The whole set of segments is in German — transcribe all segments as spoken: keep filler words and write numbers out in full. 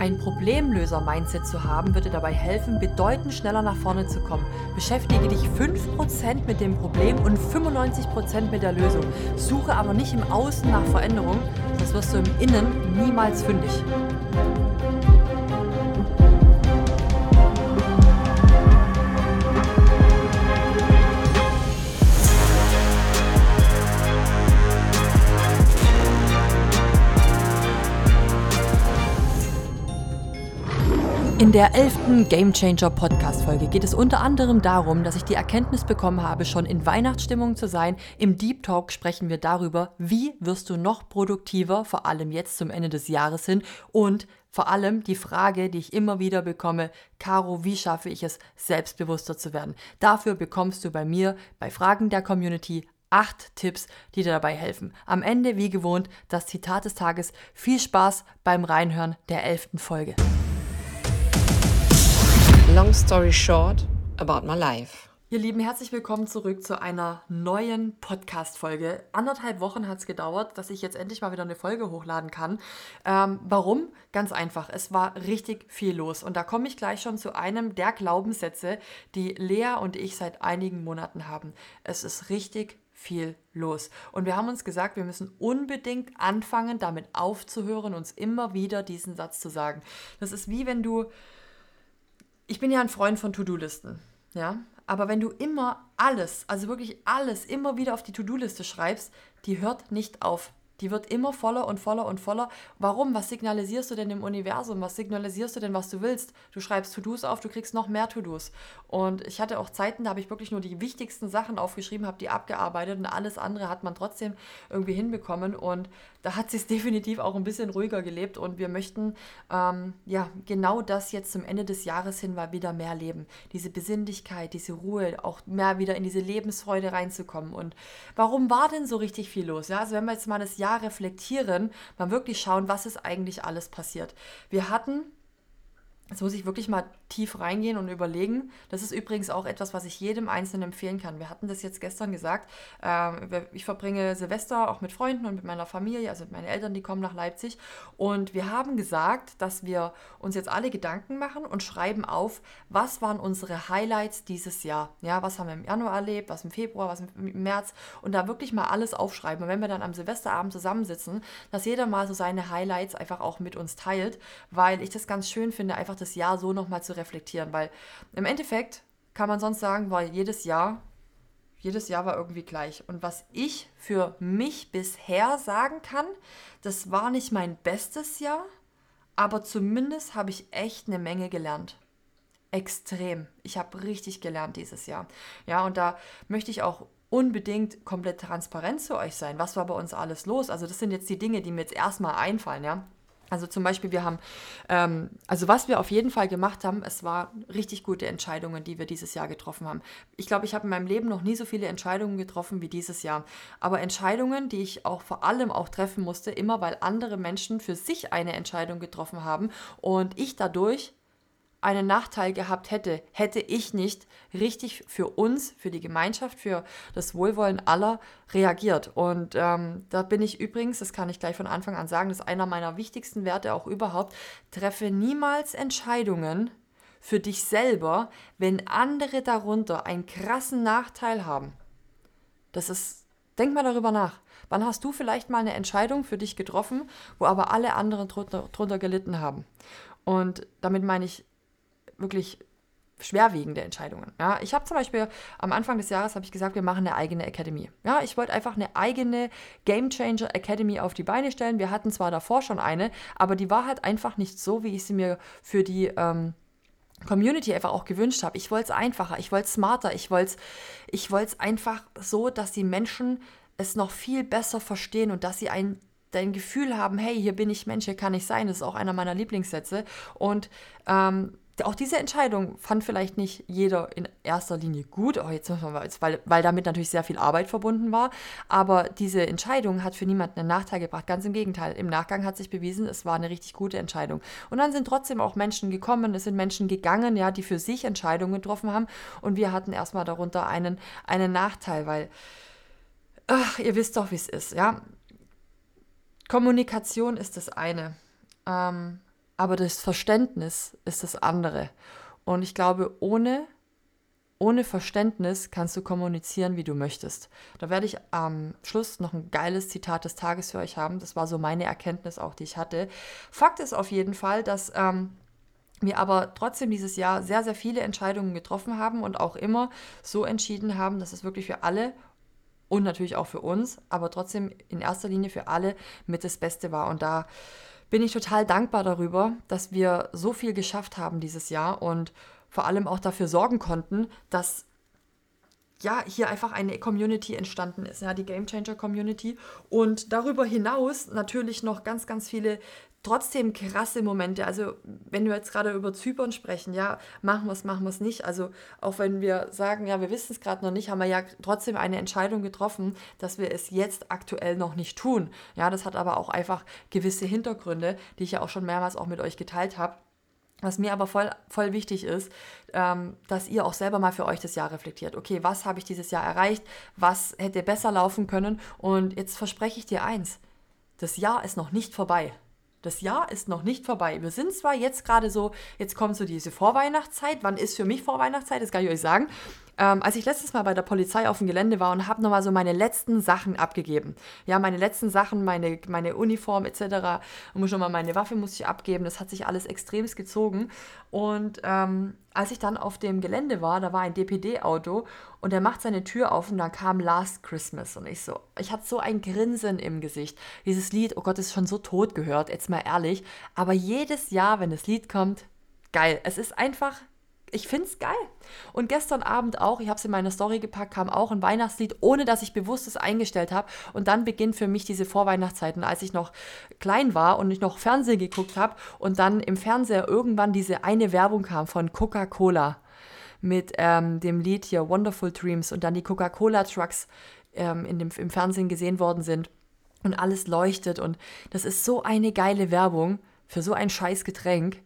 Ein Problemlöser-Mindset zu haben, wird dir dabei helfen, bedeutend schneller nach vorne zu kommen. Beschäftige dich fünf Prozent mit dem Problem und fünfundneunzig Prozent mit der Lösung. Suche aber nicht im Außen nach Veränderung, sonst wirst du im Innen niemals fündig. In der elften Game Changer Podcast Folge geht es unter anderem darum, dass ich die Erkenntnis bekommen habe, schon in Weihnachtsstimmung zu sein. Im Deep Talk sprechen wir darüber, wie wirst du noch produktiver, vor allem jetzt zum Ende des Jahres hin, und vor allem die Frage, die ich immer wieder bekomme: Caro, wie schaffe ich es, selbstbewusster zu werden? Dafür bekommst du bei mir, bei Fragen der Community, acht Tipps, die dir dabei helfen. Am Ende, wie gewohnt, das Zitat des Tages. Viel Spaß beim Reinhören der elften Folge. Long story short, about my life. Ihr Lieben, herzlich willkommen zurück zu einer neuen Podcast-Folge. Anderthalb Wochen hat es gedauert, dass ich jetzt endlich mal wieder eine Folge hochladen kann. Ähm, warum? Ganz einfach, es war richtig viel los. Und da komme ich gleich schon zu einem der Glaubenssätze, die Lea und ich seit einigen Monaten haben. Es ist richtig viel los. Und wir haben uns gesagt, wir müssen unbedingt anfangen, damit aufzuhören, uns immer wieder diesen Satz zu sagen. Das ist wie wenn du... Ich bin ja ein Freund von To-Do-Listen, ja, aber wenn du immer alles, also wirklich alles, immer wieder auf die To-Do-Liste schreibst, die hört nicht auf. Die wird immer voller und voller und voller. Warum? Was signalisierst du denn im Universum? Was signalisierst du denn, was du willst? Du schreibst To-Dos auf, du kriegst noch mehr To-Dos. Und ich hatte auch Zeiten, da habe ich wirklich nur die wichtigsten Sachen aufgeschrieben, habe die abgearbeitet und alles andere hat man trotzdem irgendwie hinbekommen. Und da hat sich definitiv auch ein bisschen ruhiger gelebt. Und wir möchten ähm, ja genau das jetzt zum Ende des Jahres hin mal wieder mehr leben. Diese Besinnlichkeit, diese Ruhe, auch mehr wieder in diese Lebensfreude reinzukommen. Und warum war denn so richtig viel los? Ja, also wenn wir jetzt mal das Jahr reflektieren, mal wirklich schauen, was ist eigentlich alles passiert. Wir hatten, jetzt muss ich wirklich mal tief reingehen und überlegen, das ist übrigens auch etwas, was ich jedem Einzelnen empfehlen kann. Wir hatten das jetzt gestern gesagt, ich verbringe Silvester auch mit Freunden und mit meiner Familie, also mit meinen Eltern, die kommen nach Leipzig, und wir haben gesagt, dass wir uns jetzt alle Gedanken machen und schreiben auf, was waren unsere Highlights dieses Jahr. Ja, was haben wir im Januar erlebt, was im Februar, was im März, und da wirklich mal alles aufschreiben. Und wenn wir dann am Silvesterabend zusammensitzen, dass jeder mal so seine Highlights einfach auch mit uns teilt, weil ich das ganz schön finde, einfach das Jahr so nochmal zu reflektieren, weil im Endeffekt kann man sonst sagen, war jedes Jahr, jedes Jahr war irgendwie gleich. Und was ich für mich bisher sagen kann, das war nicht mein bestes Jahr, aber zumindest habe ich echt eine Menge gelernt. Extrem. Ich habe richtig gelernt dieses Jahr. Ja, und da möchte ich auch unbedingt komplett transparent zu euch sein. Was war bei uns alles los? Also das sind jetzt die Dinge, die mir jetzt erstmal einfallen, ja. Also zum Beispiel, wir haben, ähm, also was wir auf jeden Fall gemacht haben, es waren richtig gute Entscheidungen, die wir dieses Jahr getroffen haben. Ich glaube, ich habe in meinem Leben noch nie so viele Entscheidungen getroffen wie dieses Jahr. Aber Entscheidungen, die ich auch vor allem auch treffen musste, immer weil andere Menschen für sich eine Entscheidung getroffen haben und ich dadurch einen Nachteil gehabt hätte, hätte ich nicht richtig für uns, für die Gemeinschaft, für das Wohlwollen aller reagiert. Und ähm, da bin ich übrigens, das kann ich gleich von Anfang an sagen, das ist einer meiner wichtigsten Werte auch überhaupt: treffe niemals Entscheidungen für dich selber, wenn andere darunter einen krassen Nachteil haben. Das ist, denk mal darüber nach. Wann hast du vielleicht mal eine Entscheidung für dich getroffen, wo aber alle anderen drunter, drunter gelitten haben? Und damit meine ich wirklich schwerwiegende Entscheidungen. Ja, ich habe zum Beispiel am Anfang des Jahres habe ich gesagt, wir machen eine eigene Academy. Ja, ich wollte einfach eine eigene Game Changer Academy auf die Beine stellen. Wir hatten zwar davor schon eine, aber die war halt einfach nicht so, wie ich sie mir für die ähm, Community einfach auch gewünscht habe. Ich wollte es einfacher, ich wollte es smarter, ich wollte es ich wollte es einfach so, dass die Menschen es noch viel besser verstehen und dass sie ein dein Gefühl haben, hey, hier bin ich Mensch, hier kann ich sein. Das ist auch einer meiner Lieblingssätze. Und ähm, auch diese Entscheidung fand vielleicht nicht jeder in erster Linie gut, oh, jetzt müssen wir, weil, weil damit natürlich sehr viel Arbeit verbunden war, aber diese Entscheidung hat für niemanden einen Nachteil gebracht, ganz im Gegenteil. Im Nachgang hat sich bewiesen, es war eine richtig gute Entscheidung. Und dann sind trotzdem auch Menschen gekommen, es sind Menschen gegangen, ja, die für sich Entscheidungen getroffen haben, und wir hatten erstmal darunter einen, einen Nachteil, weil, ach, ihr wisst doch, wie es ist, ja. Kommunikation ist das eine. Ähm, aber das Verständnis ist das andere. Und ich glaube, ohne, ohne Verständnis kannst du kommunizieren, wie du möchtest. Da werde ich am Schluss noch ein geiles Zitat des Tages für euch haben. Das war so meine Erkenntnis auch, die ich hatte. Fakt ist auf jeden Fall, dass ähm, wir aber trotzdem dieses Jahr sehr, sehr viele Entscheidungen getroffen haben und auch immer so entschieden haben, dass es wirklich für alle und natürlich auch für uns, aber trotzdem in erster Linie für alle mit das Beste war. Und da bin ich total dankbar darüber, dass wir so viel geschafft haben dieses Jahr und vor allem auch dafür sorgen konnten, dass ja, hier einfach eine Community entstanden ist, ja, die Game Changer Community. Und darüber hinaus natürlich noch ganz, ganz viele trotzdem krasse Momente. Also wenn wir jetzt gerade über Zypern sprechen, ja, machen wir es, machen wir es nicht. Also auch wenn wir sagen, ja, wir wissen es gerade noch nicht, haben wir ja trotzdem eine Entscheidung getroffen, dass wir es jetzt aktuell noch nicht tun. Ja, das hat aber auch einfach gewisse Hintergründe, die ich ja auch schon mehrmals auch mit euch geteilt habe. Was mir aber voll, voll wichtig ist, ähm, dass ihr auch selber mal für euch das Jahr reflektiert. Okay, was habe ich dieses Jahr erreicht? Was hätte besser laufen können? Und jetzt verspreche ich dir eins, das Jahr ist noch nicht vorbei. Das Jahr ist noch nicht vorbei. Wir sind zwar jetzt gerade so, jetzt kommt so diese Vorweihnachtszeit. Wann ist für mich Vorweihnachtszeit? Das kann ich euch sagen. Ähm, als ich letztes Mal bei der Polizei auf dem Gelände war und habe nochmal so meine letzten Sachen abgegeben. Ja, meine letzten Sachen, meine, meine Uniform et cetera. Und schon mal meine Waffe musste ich abgeben. Das hat sich alles extremst gezogen. Und ähm, als ich dann auf dem Gelände war, da war ein D P D-Auto und der macht seine Tür auf und dann kam Last Christmas. Und ich so, ich hatte so ein Grinsen im Gesicht. Dieses Lied, oh Gott, ist schon so tot gehört, jetzt mal ehrlich. Aber jedes Jahr, wenn das Lied kommt, geil. Es ist einfach... Ich finde es geil. Und gestern Abend auch, ich habe es in meine Story gepackt, kam auch ein Weihnachtslied, ohne dass ich bewusst es eingestellt habe. Und dann beginnt für mich diese Vorweihnachtszeiten, als ich noch klein war und ich noch Fernsehen geguckt habe und dann im Fernseher irgendwann diese eine Werbung kam von Coca-Cola mit ähm, dem Lied hier Wonderful Dreams und dann die Coca-Cola-Trucks ähm, in dem, im Fernsehen gesehen worden sind und alles leuchtet. Und das ist so eine geile Werbung für so ein scheiß Getränk.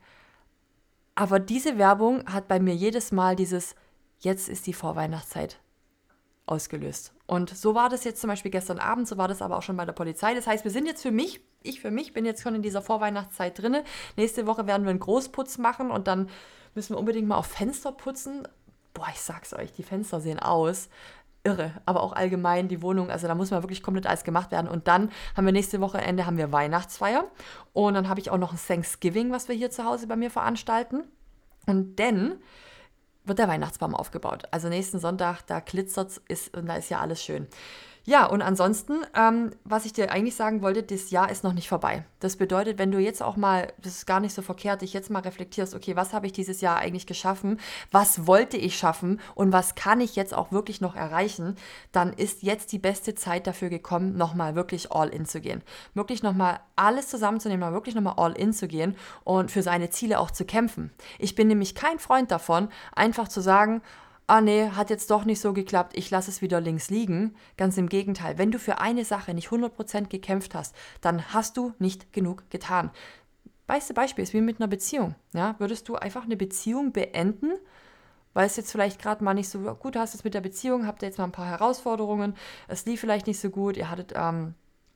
Aber diese Werbung hat bei mir jedes Mal dieses, jetzt ist die Vorweihnachtszeit ausgelöst. Und so war das jetzt zum Beispiel gestern Abend, so war das aber auch schon bei der Polizei. Das heißt, wir sind jetzt für mich, ich für mich bin jetzt schon in dieser Vorweihnachtszeit drin. Nächste Woche werden wir einen Großputz machen und dann müssen wir unbedingt mal auf Fenster putzen. Boah, ich sag's euch, die Fenster sehen aus. Irre, aber auch allgemein die Wohnung, also da muss mal wirklich komplett alles gemacht werden. Und dann haben wir nächste Wochenende haben wir Weihnachtsfeier und dann habe ich auch noch ein Thanksgiving, was wir hier zu Hause bei mir veranstalten. Und dann wird der Weihnachtsbaum aufgebaut. Also nächsten Sonntag, da glitzert es und da ist ja alles schön. Ja, und ansonsten, ähm, was ich dir eigentlich sagen wollte, das Jahr ist noch nicht vorbei. Das bedeutet, wenn du jetzt auch mal, das ist gar nicht so verkehrt, dich jetzt mal reflektierst, okay, was habe ich dieses Jahr eigentlich geschaffen? Was wollte ich schaffen? Und was kann ich jetzt auch wirklich noch erreichen? Dann ist jetzt die beste Zeit dafür gekommen, nochmal wirklich all in zu gehen. Wirklich nochmal alles zusammenzunehmen, mal wirklich nochmal all in zu gehen und für seine Ziele auch zu kämpfen. Ich bin nämlich kein Freund davon, einfach zu sagen, ah nee, hat jetzt doch nicht so geklappt, ich lasse es wieder links liegen. Ganz im Gegenteil, wenn du für eine Sache nicht hundert Prozent gekämpft hast, dann hast du nicht genug getan. Beste Beispiel ist wie mit einer Beziehung. Ja? Würdest du einfach eine Beziehung beenden, weil es jetzt vielleicht gerade mal nicht so gut hast jetzt mit der Beziehung, habt ihr jetzt mal ein paar Herausforderungen, es lief vielleicht nicht so gut, ihr hattet ähm,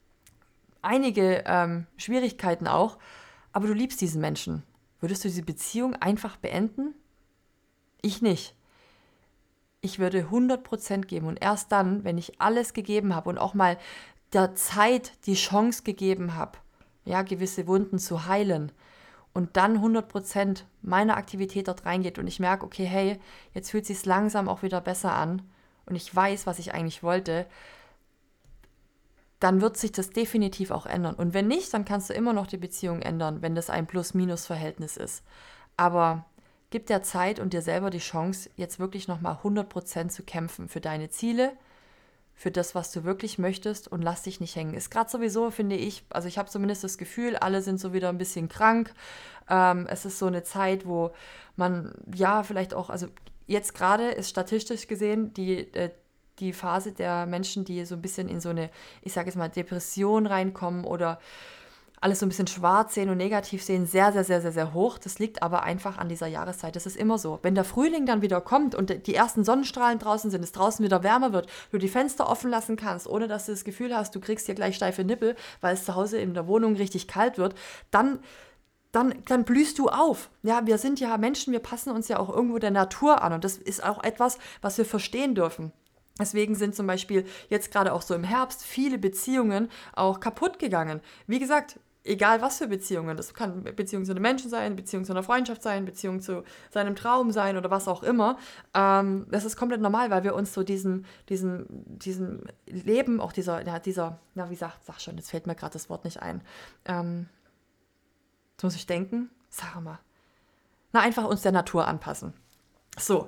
einige ähm, Schwierigkeiten auch, aber du liebst diesen Menschen. Würdest du diese Beziehung einfach beenden? Ich nicht. Ich würde hundert Prozent geben und erst dann, wenn ich alles gegeben habe und auch mal der Zeit die Chance gegeben habe, ja, gewisse Wunden zu heilen und dann hundert Prozent meiner Aktivität dort reingeht und ich merke, okay, hey, jetzt fühlt es sich langsam auch wieder besser an und ich weiß, was ich eigentlich wollte, dann wird sich das definitiv auch ändern. Und wenn nicht, dann kannst du immer noch die Beziehung ändern, wenn das ein Plus-Minus-Verhältnis ist. Aber gib dir Zeit und dir selber die Chance, jetzt wirklich nochmal hundert Prozent zu kämpfen für deine Ziele, für das, was du wirklich möchtest und lass dich nicht hängen. Ist gerade sowieso, finde ich, also ich habe zumindest das Gefühl, alle sind so wieder ein bisschen krank. Ähm, es ist so eine Zeit, wo man, ja, vielleicht auch, also jetzt gerade ist statistisch gesehen die, äh, die Phase der Menschen, die so ein bisschen in so eine, ich sage jetzt mal, Depression reinkommen oder alles so ein bisschen schwarz sehen und negativ sehen, sehr, sehr, sehr, sehr, sehr hoch. Das liegt aber einfach an dieser Jahreszeit. Das ist immer so. Wenn der Frühling dann wieder kommt und die ersten Sonnenstrahlen draußen sind, es draußen wieder wärmer wird, du die Fenster offen lassen kannst, ohne dass du das Gefühl hast, du kriegst hier gleich steife Nippel, weil es zu Hause in der Wohnung richtig kalt wird, dann dann, dann blühst du auf. Ja, wir sind ja Menschen, wir passen uns ja auch irgendwo der Natur an und das ist auch etwas, was wir verstehen dürfen. Deswegen sind zum Beispiel jetzt gerade auch so im Herbst viele Beziehungen auch kaputt gegangen. Wie gesagt, egal was für Beziehungen, das kann Beziehung zu einem Menschen sein, Beziehung zu einer Freundschaft sein, Beziehung zu seinem Traum sein oder was auch immer. Ähm, das ist komplett normal, weil wir uns so diesem, diesem, diesem Leben, auch dieser, ja, dieser, na wie sagt, sag schon, jetzt fällt mir gerade das Wort nicht ein. Ähm, jetzt muss ich denken, sag mal. Na, einfach uns der Natur anpassen. So.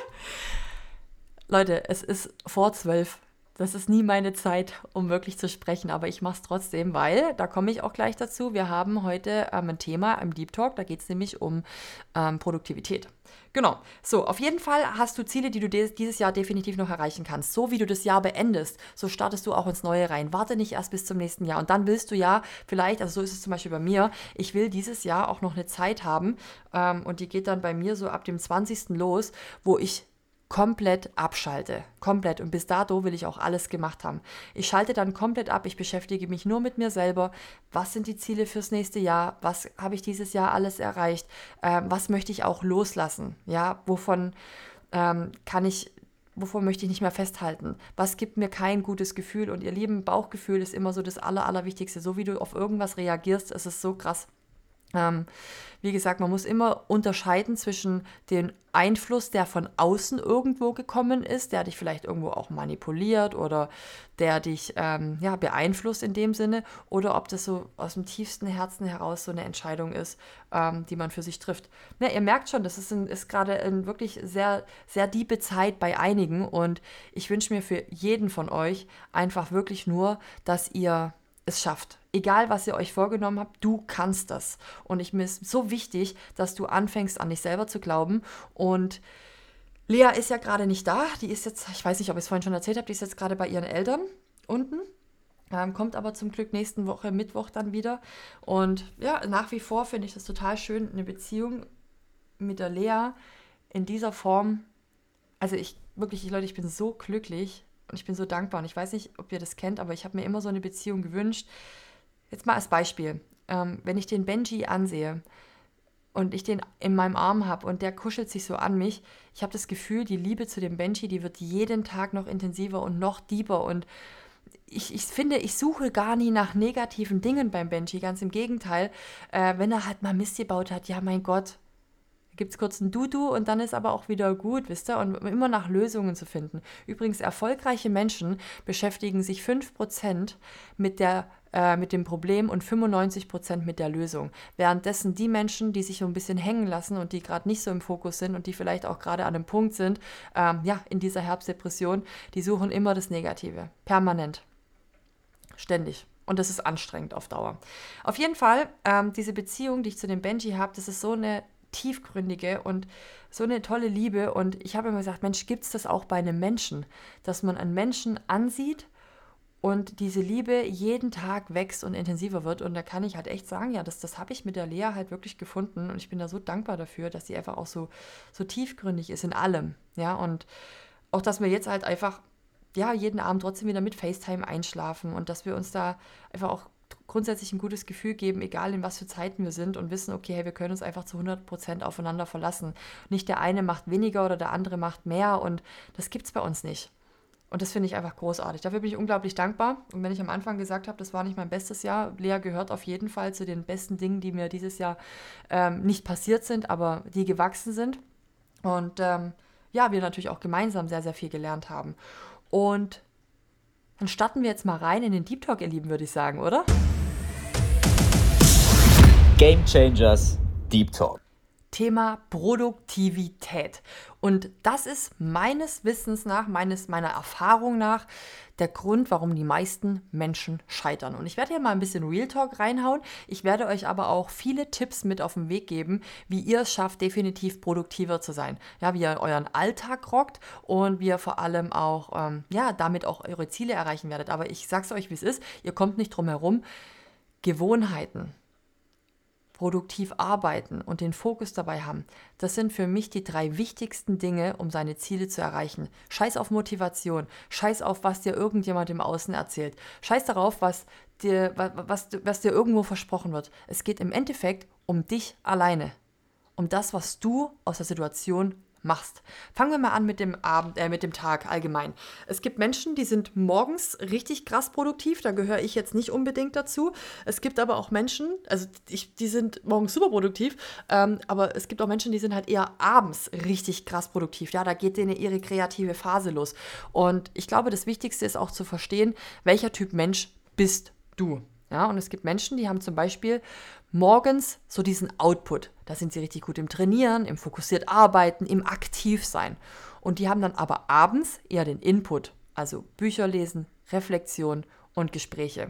Leute, es ist vor zwölf. Das ist nie meine Zeit, um wirklich zu sprechen, aber ich mache es trotzdem, weil, da komme ich auch gleich dazu, wir haben heute ähm, ein Thema im Deep Talk, da geht es nämlich um ähm, Produktivität. Genau, so, auf jeden Fall hast du Ziele, die du de- dieses Jahr definitiv noch erreichen kannst. So wie du das Jahr beendest, so startest du auch ins Neue rein. Warte nicht erst bis zum nächsten Jahr und dann willst du ja vielleicht, also so ist es zum Beispiel bei mir, ich will dieses Jahr auch noch eine Zeit haben ähm, und die geht dann bei mir so ab dem zwanzigsten los, wo ich komplett abschalte, komplett. Und bis dato will ich auch alles gemacht haben. Ich schalte dann komplett ab, ich beschäftige mich nur mit mir selber. Was sind die Ziele fürs nächste Jahr? Was habe ich dieses Jahr alles erreicht? Ähm, was möchte ich auch loslassen? Ja, wovon ähm, kann ich, wovon möchte ich nicht mehr festhalten? Was gibt mir kein gutes Gefühl? Und ihr Lieben, Bauchgefühl ist immer so das Aller, Allerwichtigste. So wie du auf irgendwas reagierst, ist es so krass. Ähm, wie gesagt, man muss immer unterscheiden zwischen dem Einfluss, der von außen irgendwo gekommen ist, der dich vielleicht irgendwo auch manipuliert oder der dich ähm, ja, beeinflusst in dem Sinne, oder ob das so aus dem tiefsten Herzen heraus so eine Entscheidung ist, ähm, die man für sich trifft. Ja, ihr merkt schon, das ist, ein, ist gerade eine wirklich sehr, sehr diebe Zeit bei einigen und ich wünsche mir für jeden von euch einfach wirklich nur, dass ihr es schafft. Egal, was ihr euch vorgenommen habt, du kannst das. Und ich mir ist so wichtig, dass du anfängst, an dich selber zu glauben. Und Lea ist ja gerade nicht da. Die ist jetzt, ich weiß nicht, ob ich es vorhin schon erzählt habe, die ist jetzt gerade bei ihren Eltern unten. Ähm, kommt aber zum Glück nächsten Woche, Mittwoch dann wieder. Und ja, nach wie vor finde ich das total schön, eine Beziehung mit der Lea in dieser Form. Also ich, wirklich, Leute, ich bin so glücklich und ich bin so dankbar. Und ich weiß nicht, ob ihr das kennt, aber ich habe mir immer so eine Beziehung gewünscht. Jetzt mal als Beispiel, ähm, wenn ich den Benji ansehe und ich den in meinem Arm habe und der kuschelt sich so an mich, ich habe das Gefühl, die Liebe zu dem Benji, die wird jeden Tag noch intensiver und noch deeper und ich, ich finde, ich suche gar nie nach negativen Dingen beim Benji, ganz im Gegenteil. Äh, wenn er halt mal Mist gebaut hat, ja mein Gott, gibt es kurz ein Dudu und dann ist aber auch wieder gut, wisst ihr? Und immer nach Lösungen zu finden. Übrigens, erfolgreiche Menschen beschäftigen sich fünf Prozent mit, der, äh, mit dem Problem und fünfundneunzig Prozent mit der Lösung. Währenddessen die Menschen, die sich so ein bisschen hängen lassen und die gerade nicht so im Fokus sind und die vielleicht auch gerade an einem Punkt sind, ähm, ja, in dieser Herbstdepression, die suchen immer das Negative. Permanent. Ständig. Und das ist anstrengend auf Dauer. Auf jeden Fall, ähm, diese Beziehung, die ich zu dem Benji habe, das ist so eine tiefgründige und so eine tolle Liebe. Und ich habe immer gesagt, Mensch, gibt es das auch bei einem Menschen, dass man einen Menschen ansieht und diese Liebe jeden Tag wächst und intensiver wird. Und da kann ich halt echt sagen, ja, das, das habe ich mit der Lea halt wirklich gefunden. Und ich bin da so dankbar dafür, dass sie einfach auch so, so tiefgründig ist in allem. Ja, und auch, dass wir jetzt halt einfach ja, jeden Abend trotzdem wieder mit FaceTime einschlafen und dass wir uns da einfach auch grundsätzlich ein gutes Gefühl geben, egal in was für Zeiten wir sind und wissen, okay, hey, wir können uns einfach zu hundert Prozent aufeinander verlassen. Nicht der eine macht weniger oder der andere macht mehr und das gibt's bei uns nicht. Und das finde ich einfach großartig. Dafür bin ich unglaublich dankbar. Und wenn ich am Anfang gesagt habe, das war nicht mein bestes Jahr, Lea gehört auf jeden Fall zu den besten Dingen, die mir dieses Jahr ähm, nicht passiert sind, aber die gewachsen sind. Und ähm, ja, wir natürlich auch gemeinsam sehr, sehr viel gelernt haben. Und dann starten wir jetzt mal rein in den Deep Talk, ihr Lieben, würde ich sagen, oder? Game Changers Deep Talk. Thema Produktivität. Und das ist meines Wissens nach, meines, meiner Erfahrung nach, der Grund, warum die meisten Menschen scheitern. Und ich werde hier mal ein bisschen Real Talk reinhauen. Ich werde euch aber auch viele Tipps mit auf den Weg geben, wie ihr es schafft, definitiv produktiver zu sein. Ja, wie ihr euren Alltag rockt und wie ihr vor allem auch, ähm, ja, damit auch eure Ziele erreichen werdet. Aber ich sag's euch, wie es ist. Ihr kommt nicht drum herum. Gewohnheiten. produktiv arbeiten und den Fokus dabei haben, das sind für mich die drei wichtigsten Dinge, um seine Ziele zu erreichen. Scheiß auf Motivation, scheiß auf, was dir irgendjemand im Außen erzählt, scheiß darauf, was dir, was, was dir irgendwo versprochen wird. Es geht im Endeffekt um dich alleine, um das, was du aus der Situation machst. Fangen wir mal an mit dem Abend, äh, mit dem Tag allgemein. Es gibt Menschen, die sind morgens richtig krass produktiv, da gehöre ich jetzt nicht unbedingt dazu. Es gibt aber auch Menschen, also ich, die sind morgens super produktiv, ähm, aber es gibt auch Menschen, die sind halt eher abends richtig krass produktiv. Ja, da geht denen ihre kreative Phase los. Und ich glaube, das Wichtigste ist auch zu verstehen, welcher Typ Mensch bist du. Ja, und es gibt Menschen, die haben zum Beispiel morgens so diesen Output. Da sind sie richtig gut im Trainieren, im fokussiert Arbeiten, im Aktivsein. Und die haben dann aber abends eher den Input, also Bücher lesen, Reflexion und Gespräche.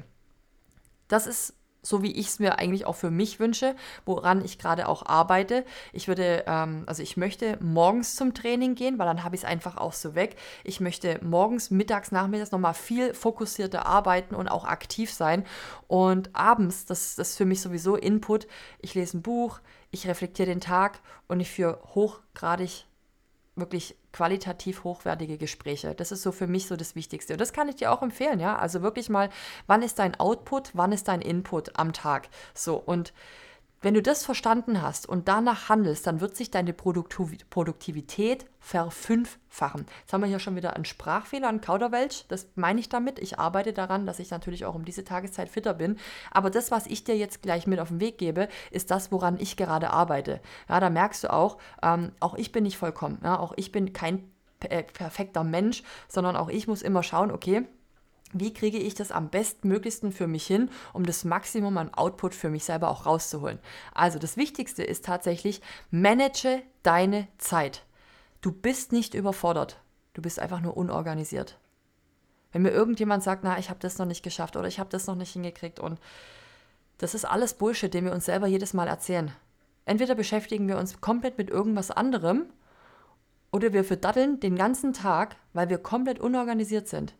Das ist so, wie ich es mir eigentlich auch für mich wünsche, woran ich gerade auch arbeite. Ich würde, ähm, also ich möchte morgens zum Training gehen, weil dann habe ich es einfach auch so weg. Ich möchte morgens, mittags, nachmittags nochmal viel fokussierter arbeiten und auch aktiv sein. Und abends, das, das ist für mich sowieso Input. Ich lese ein Buch, ich reflektiere den Tag und ich führe hochgradig wirklich qualitativ hochwertige Gespräche. Das ist so für mich so das Wichtigste. Und das kann ich dir auch empfehlen, ja. Also wirklich mal, wann ist dein Output, wann ist dein Input am Tag? So, und wenn du das verstanden hast und danach handelst, dann wird sich deine Produktivität verfünffachen. Jetzt haben wir hier schon wieder einen Sprachfehler, einen Kauderwelsch. Das meine ich damit. Ich arbeite daran, dass ich natürlich auch um diese Tageszeit fitter bin. Aber das, was ich dir jetzt gleich mit auf den Weg gebe, ist das, woran ich gerade arbeite. Ja, da merkst du auch, ähm, auch ich bin nicht vollkommen. Ja, auch ich bin kein äh, perfekter Mensch, sondern auch ich muss immer schauen, okay, wie kriege ich das am bestmöglichsten für mich hin, um das Maximum an Output für mich selber auch rauszuholen. Also das Wichtigste ist tatsächlich, manage deine Zeit. Du bist nicht überfordert, du bist einfach nur unorganisiert. Wenn mir irgendjemand sagt, na, ich habe das noch nicht geschafft oder ich habe das noch nicht hingekriegt und das ist alles Bullshit, den wir uns selber jedes Mal erzählen. Entweder beschäftigen wir uns komplett mit irgendwas anderem oder wir verdaddeln den ganzen Tag, weil wir komplett unorganisiert sind.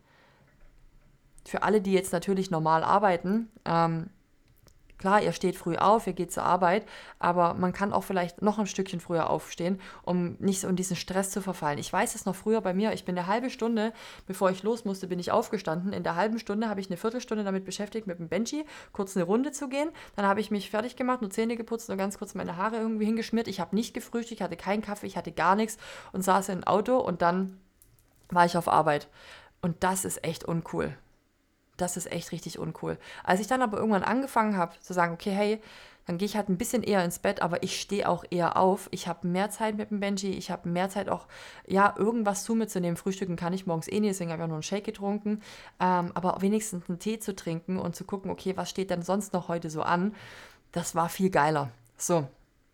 Für alle, die jetzt natürlich normal arbeiten, ähm, klar, ihr steht früh auf, ihr geht zur Arbeit, aber man kann auch vielleicht noch ein Stückchen früher aufstehen, um nicht so in diesen Stress zu verfallen. Ich weiß es noch früher bei mir, ich bin eine halbe Stunde, bevor ich los musste, bin ich aufgestanden. In der halben Stunde habe ich eine Viertelstunde damit beschäftigt, mit dem Benji kurz eine Runde zu gehen. Dann habe ich mich fertig gemacht, nur Zähne geputzt, nur ganz kurz meine Haare irgendwie hingeschmiert. Ich habe nicht gefrühstückt, ich hatte keinen Kaffee, ich hatte gar nichts und saß im Auto und dann war ich auf Arbeit. Und das ist echt uncool. Das ist echt richtig uncool. Als ich dann aber irgendwann angefangen habe zu sagen, okay, hey, dann gehe ich halt ein bisschen eher ins Bett, aber ich stehe auch eher auf. Ich habe mehr Zeit mit dem Benji, ich habe mehr Zeit auch, ja, irgendwas zu mir zu nehmen. Frühstücken kann ich morgens eh nicht, deswegen habe ich auch nur einen Shake getrunken. Ähm, aber wenigstens einen Tee zu trinken und zu gucken, okay, was steht denn sonst noch heute so an, das war viel geiler. So,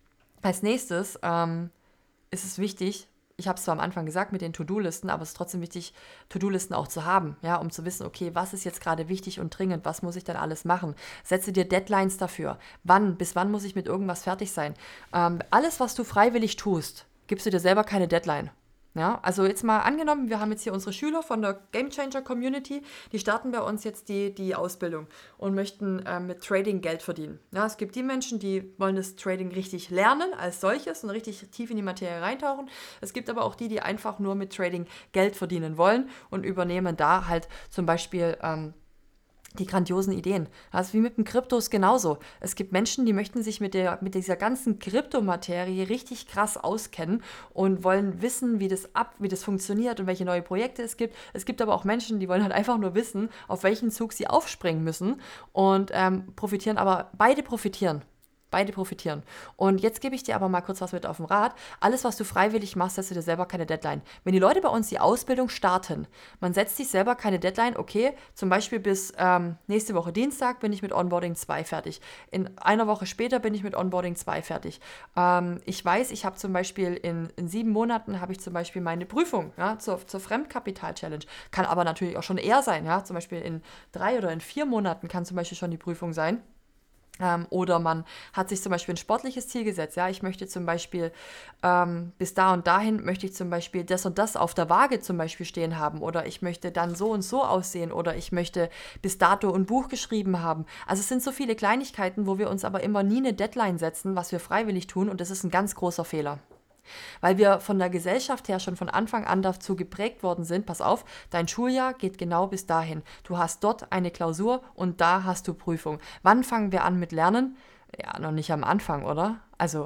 als nächstes ähm, ist es wichtig, ich habe es zwar am Anfang gesagt mit den To-Do-Listen, aber es ist trotzdem wichtig, To-Do-Listen auch zu haben, ja, um zu wissen, okay, was ist jetzt gerade wichtig und dringend, was muss ich dann alles machen? Setze dir Deadlines dafür. Wann, bis wann muss ich mit irgendwas fertig sein? Ähm, alles, was du freiwillig tust, gibst du dir selber keine Deadline. Ja, also jetzt mal angenommen, wir haben jetzt hier unsere Schüler von der Game Changer Community, die starten bei uns jetzt die, die Ausbildung und möchten äh, mit Trading Geld verdienen. Ja, es gibt die Menschen, die wollen das Trading richtig lernen als solches und richtig tief in die Materie reintauchen. Es gibt aber auch die, die einfach nur mit Trading Geld verdienen wollen und übernehmen da halt zum Beispiel ähm, die grandiosen Ideen. Also wie mit dem Kryptos genauso. Es gibt Menschen, die möchten sich mit, der, mit dieser ganzen Kryptomaterie richtig krass auskennen und wollen wissen, wie das ab, wie das funktioniert und welche neue Projekte es gibt. Es gibt aber auch Menschen, die wollen halt einfach nur wissen, auf welchen Zug sie aufspringen müssen und ähm, profitieren, aber beide profitieren. Beide profitieren. Und jetzt gebe ich dir aber mal kurz was mit auf den Rat. Alles, was du freiwillig machst, setzt du dir selber keine Deadline. Wenn die Leute bei uns die Ausbildung starten, man setzt sich selber keine Deadline, okay, zum Beispiel bis ähm, nächste Woche Dienstag bin ich mit Onboarding zwei fertig. In einer Woche später bin ich mit Onboarding zwei fertig. Ähm, ich weiß, ich habe zum Beispiel in, in sieben Monaten habe ich zum Beispiel meine Prüfung, ja, zur, zur Fremdkapital-Challenge. Kann aber natürlich auch schon eher sein, ja, zum Beispiel in drei oder in vier Monaten kann zum Beispiel schon die Prüfung sein. Ähm, oder man hat sich zum Beispiel ein sportliches Ziel gesetzt. Ja, ich möchte zum Beispiel ähm, bis da und dahin möchte ich zum Beispiel das und das auf der Waage zum Beispiel stehen haben. Oder ich möchte dann so und so aussehen. Oder ich möchte bis dato ein Buch geschrieben haben. Also es sind so viele Kleinigkeiten, wo wir uns aber immer nie eine Deadline setzen, was wir freiwillig tun. Und das ist ein ganz großer Fehler. Weil wir von der Gesellschaft her schon von Anfang an dazu geprägt worden sind, pass auf, dein Schuljahr geht genau bis dahin. Du hast dort eine Klausur und da hast du Prüfung. Wann fangen wir an mit Lernen? Ja, noch nicht am Anfang, oder? Also,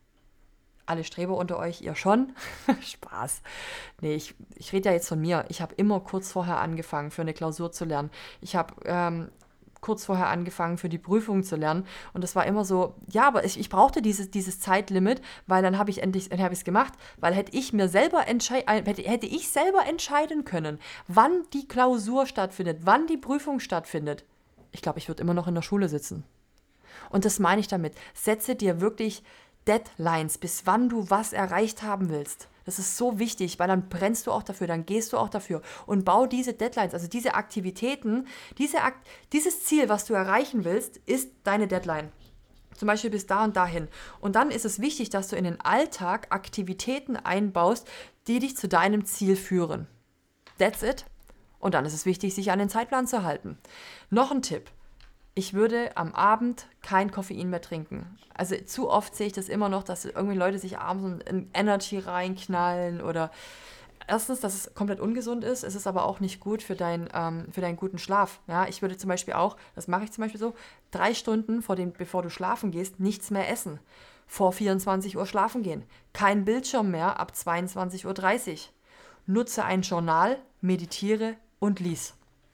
alle Streber unter euch, ihr schon? Spaß. Nee, ich, ich rede ja jetzt von mir. Ich habe immer kurz vorher angefangen, für eine Klausur zu lernen. Ich habe ähm, kurz vorher angefangen, für die Prüfung zu lernen. Und das war immer so, ja, aber ich, ich brauchte dieses, dieses Zeitlimit, weil dann habe ich endlich, dann habe ich es gemacht, weil hätte ich mir selber entscheiden, hätte, hätte ich selber entscheiden können, wann die Klausur stattfindet, wann die Prüfung stattfindet. Ich glaube, ich würde immer noch in der Schule sitzen. Und das meine ich damit. Setze dir wirklich Deadlines, bis wann du was erreicht haben willst. Das ist so wichtig, weil dann brennst du auch dafür, dann gehst du auch dafür und bau diese Deadlines, also diese Aktivitäten, diese Akt, dieses Ziel, was du erreichen willst, ist deine Deadline. Zum Beispiel bis da und dahin. Und dann ist es wichtig, dass du in den Alltag Aktivitäten einbaust, die dich zu deinem Ziel führen. That's it. Und dann ist es wichtig, sich an den Zeitplan zu halten. Noch ein Tipp. Ich würde am Abend kein Koffein mehr trinken. Also zu oft sehe ich das immer noch, dass irgendwie Leute sich abends ein Energy reinknallen oder erstens, dass es komplett ungesund ist. Es ist aber auch nicht gut für, dein, ähm, für deinen guten Schlaf. Ja, ich würde zum Beispiel auch, das mache ich zum Beispiel so, drei Stunden vor dem, bevor du schlafen gehst, nichts mehr essen. Vor vierundzwanzig Uhr schlafen gehen. Kein Bildschirm mehr ab zweiundzwanzig Uhr dreißig. Nutze ein Journal, meditiere und lies.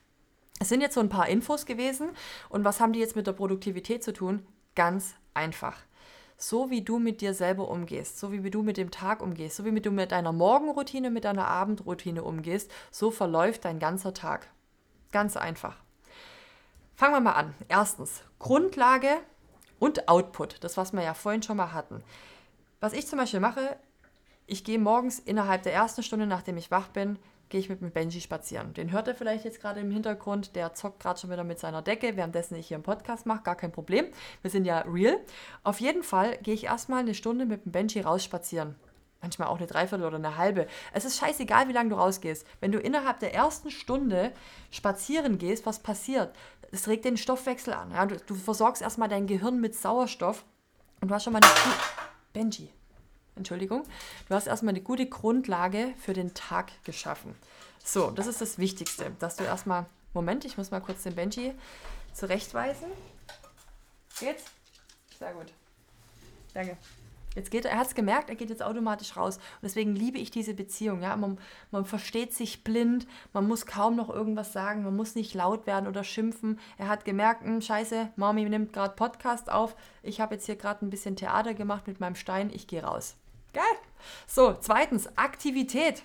Es sind jetzt so ein paar Infos gewesen und was haben die jetzt mit der Produktivität zu tun? Ganz einfach. So wie du mit dir selber umgehst, so wie du mit dem Tag umgehst, so wie du mit deiner Morgenroutine, mit deiner Abendroutine umgehst, so verläuft dein ganzer Tag. Ganz einfach. Fangen wir mal an. Erstens, Grundlage und Output, das was wir ja vorhin schon mal hatten. Was ich zum Beispiel mache, ich gehe morgens innerhalb der ersten Stunde, nachdem ich wach bin, gehe ich mit dem Benji spazieren. Den hört ihr vielleicht jetzt gerade im Hintergrund, der zockt gerade schon wieder mit seiner Decke, währenddessen ich hier einen Podcast mache, gar kein Problem. Wir sind ja real. Auf jeden Fall gehe ich erstmal eine Stunde mit dem Benji raus spazieren. Manchmal auch eine Dreiviertel oder eine halbe. Es ist scheißegal, wie lange du rausgehst. Wenn du innerhalb der ersten Stunde spazieren gehst, was passiert? Es regt den Stoffwechsel an. Ja? Du, du versorgst erstmal dein Gehirn mit Sauerstoff und du hast schon mal eine... Benji. Entschuldigung, du hast erstmal eine gute Grundlage für den Tag geschaffen. So, das ist das Wichtigste, dass du erstmal, Moment, ich muss mal kurz den Benji zurechtweisen. Geht's? Sehr gut. Danke. Jetzt geht er, er hat es gemerkt, er geht jetzt automatisch raus. Und deswegen liebe ich diese Beziehung. Ja? Man, man versteht sich blind, man muss kaum noch irgendwas sagen, man muss nicht laut werden oder schimpfen. Er hat gemerkt, scheiße, Mami nimmt gerade Podcast auf, ich habe jetzt hier gerade ein bisschen Theater gemacht mit meinem Stein, ich gehe raus. Geil. So, zweitens, Aktivität.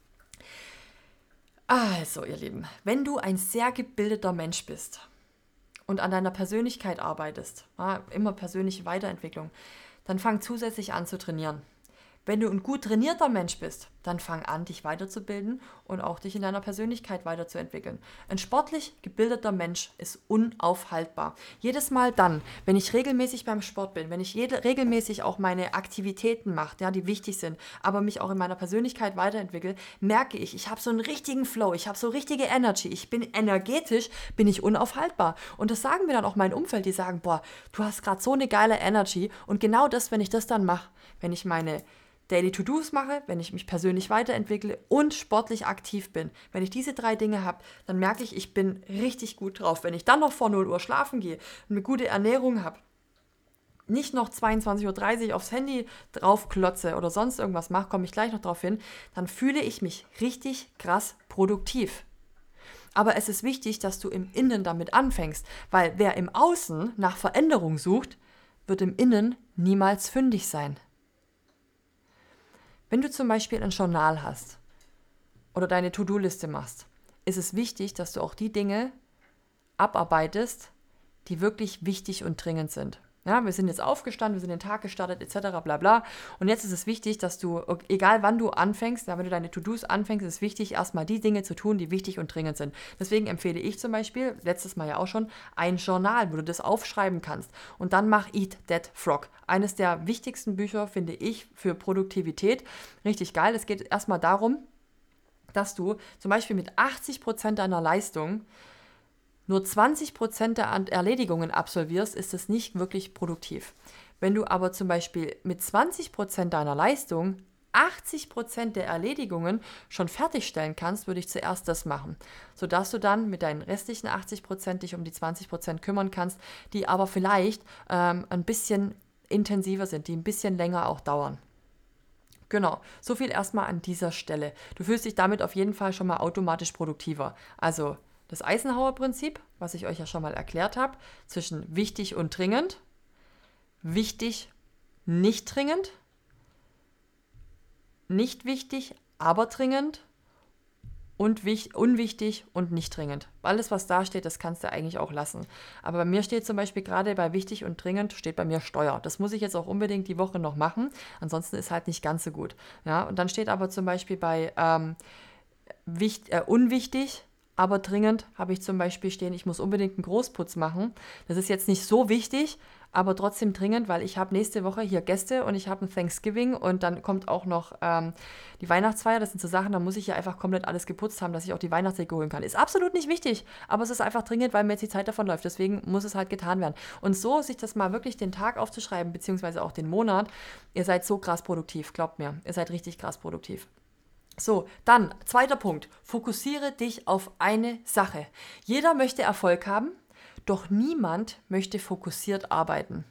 Also, ihr Lieben, wenn du ein sehr gebildeter Mensch bist und an deiner Persönlichkeit arbeitest, ja, immer persönliche Weiterentwicklung, dann fang zusätzlich an zu trainieren. Wenn du ein gut trainierter Mensch bist, dann fang an, dich weiterzubilden und auch dich in deiner Persönlichkeit weiterzuentwickeln. Ein sportlich gebildeter Mensch ist unaufhaltbar. Jedes Mal dann, wenn ich regelmäßig beim Sport bin, wenn ich jede, regelmäßig auch meine Aktivitäten mache, ja, die wichtig sind, aber mich auch in meiner Persönlichkeit weiterentwickle, merke ich, ich habe so einen richtigen Flow, ich habe so richtige Energy, ich bin energetisch, bin ich unaufhaltbar. Und das sagen mir dann auch mein Umfeld, die sagen, boah, du hast gerade so eine geile Energy und genau das, wenn ich das dann mache, wenn ich meine Daily To-Dos mache, wenn ich mich persönlich weiterentwickle und sportlich aktiv bin. Wenn ich diese drei Dinge habe, dann merke ich, ich bin richtig gut drauf. Wenn ich dann noch vor null Uhr schlafen gehe, eine gute Ernährung habe, nicht noch zweiundzwanzig Uhr dreißig aufs Handy draufklotze oder sonst irgendwas mache, komme ich gleich noch drauf hin, dann fühle ich mich richtig krass produktiv. Aber es ist wichtig, dass du im Innen damit anfängst, weil wer im Außen nach Veränderung sucht, wird im Innen niemals fündig sein. Wenn du zum Beispiel ein Journal hast oder deine To-Do-Liste machst, ist es wichtig, dass du auch die Dinge abarbeitest, die wirklich wichtig und dringend sind. Ja, wir sind jetzt aufgestanden, wir sind den Tag gestartet, et cetera, bla bla. Und jetzt ist es wichtig, dass du, egal wann du anfängst, ja, wenn du deine To-Dos anfängst, ist es wichtig, erstmal die Dinge zu tun, die wichtig und dringend sind. Deswegen empfehle ich zum Beispiel, letztes Mal ja auch schon, ein Journal, wo du das aufschreiben kannst. Und dann mach Eat That Frog. Eines der wichtigsten Bücher, finde ich, für Produktivität. Richtig geil. Es geht erstmal darum, dass du zum Beispiel mit achtzig Prozent deiner Leistung nur zwanzig Prozent der Erledigungen absolvierst, ist es nicht wirklich produktiv. Wenn du aber zum Beispiel mit zwanzig Prozent deiner Leistung achtzig Prozent der Erledigungen schon fertigstellen kannst, würde ich zuerst das machen, sodass du dann mit deinen restlichen achtzig Prozent dich um die zwanzig Prozent kümmern kannst, die aber vielleicht ähm, ein bisschen intensiver sind, die ein bisschen länger auch dauern. Genau, so viel erstmal an dieser Stelle. Du fühlst dich damit auf jeden Fall schon mal automatisch produktiver. Also das Eisenhower-Prinzip, was ich euch ja schon mal erklärt habe, zwischen wichtig und dringend, wichtig, nicht dringend, nicht wichtig, aber dringend und wich- unwichtig und nicht dringend. Alles, was da steht, das kannst du eigentlich auch lassen. Aber bei mir steht zum Beispiel gerade bei wichtig und dringend, steht bei mir Steuer. Das muss ich jetzt auch unbedingt die Woche noch machen, ansonsten ist halt nicht ganz so gut. Ja, und dann steht aber zum Beispiel bei ähm, wicht- äh, unwichtig, aber dringend habe ich zum Beispiel stehen, ich muss unbedingt einen Großputz machen. Das ist jetzt nicht so wichtig, aber trotzdem dringend, weil ich habe nächste Woche hier Gäste und ich habe ein Thanksgiving und dann kommt auch noch ähm, die Weihnachtsfeier. Das sind so Sachen, da muss ich ja einfach komplett alles geputzt haben, dass ich auch die Weihnachtsdeko holen kann. Ist absolut nicht wichtig, aber es ist einfach dringend, weil mir jetzt die Zeit davon läuft. Deswegen muss es halt getan werden. Und so sich das mal wirklich den Tag aufzuschreiben, beziehungsweise auch den Monat, ihr seid so krass produktiv, glaubt mir. Ihr seid richtig krass produktiv. So, dann, zweiter Punkt. Fokussiere dich auf eine Sache. Jeder möchte Erfolg haben, doch niemand möchte fokussiert arbeiten.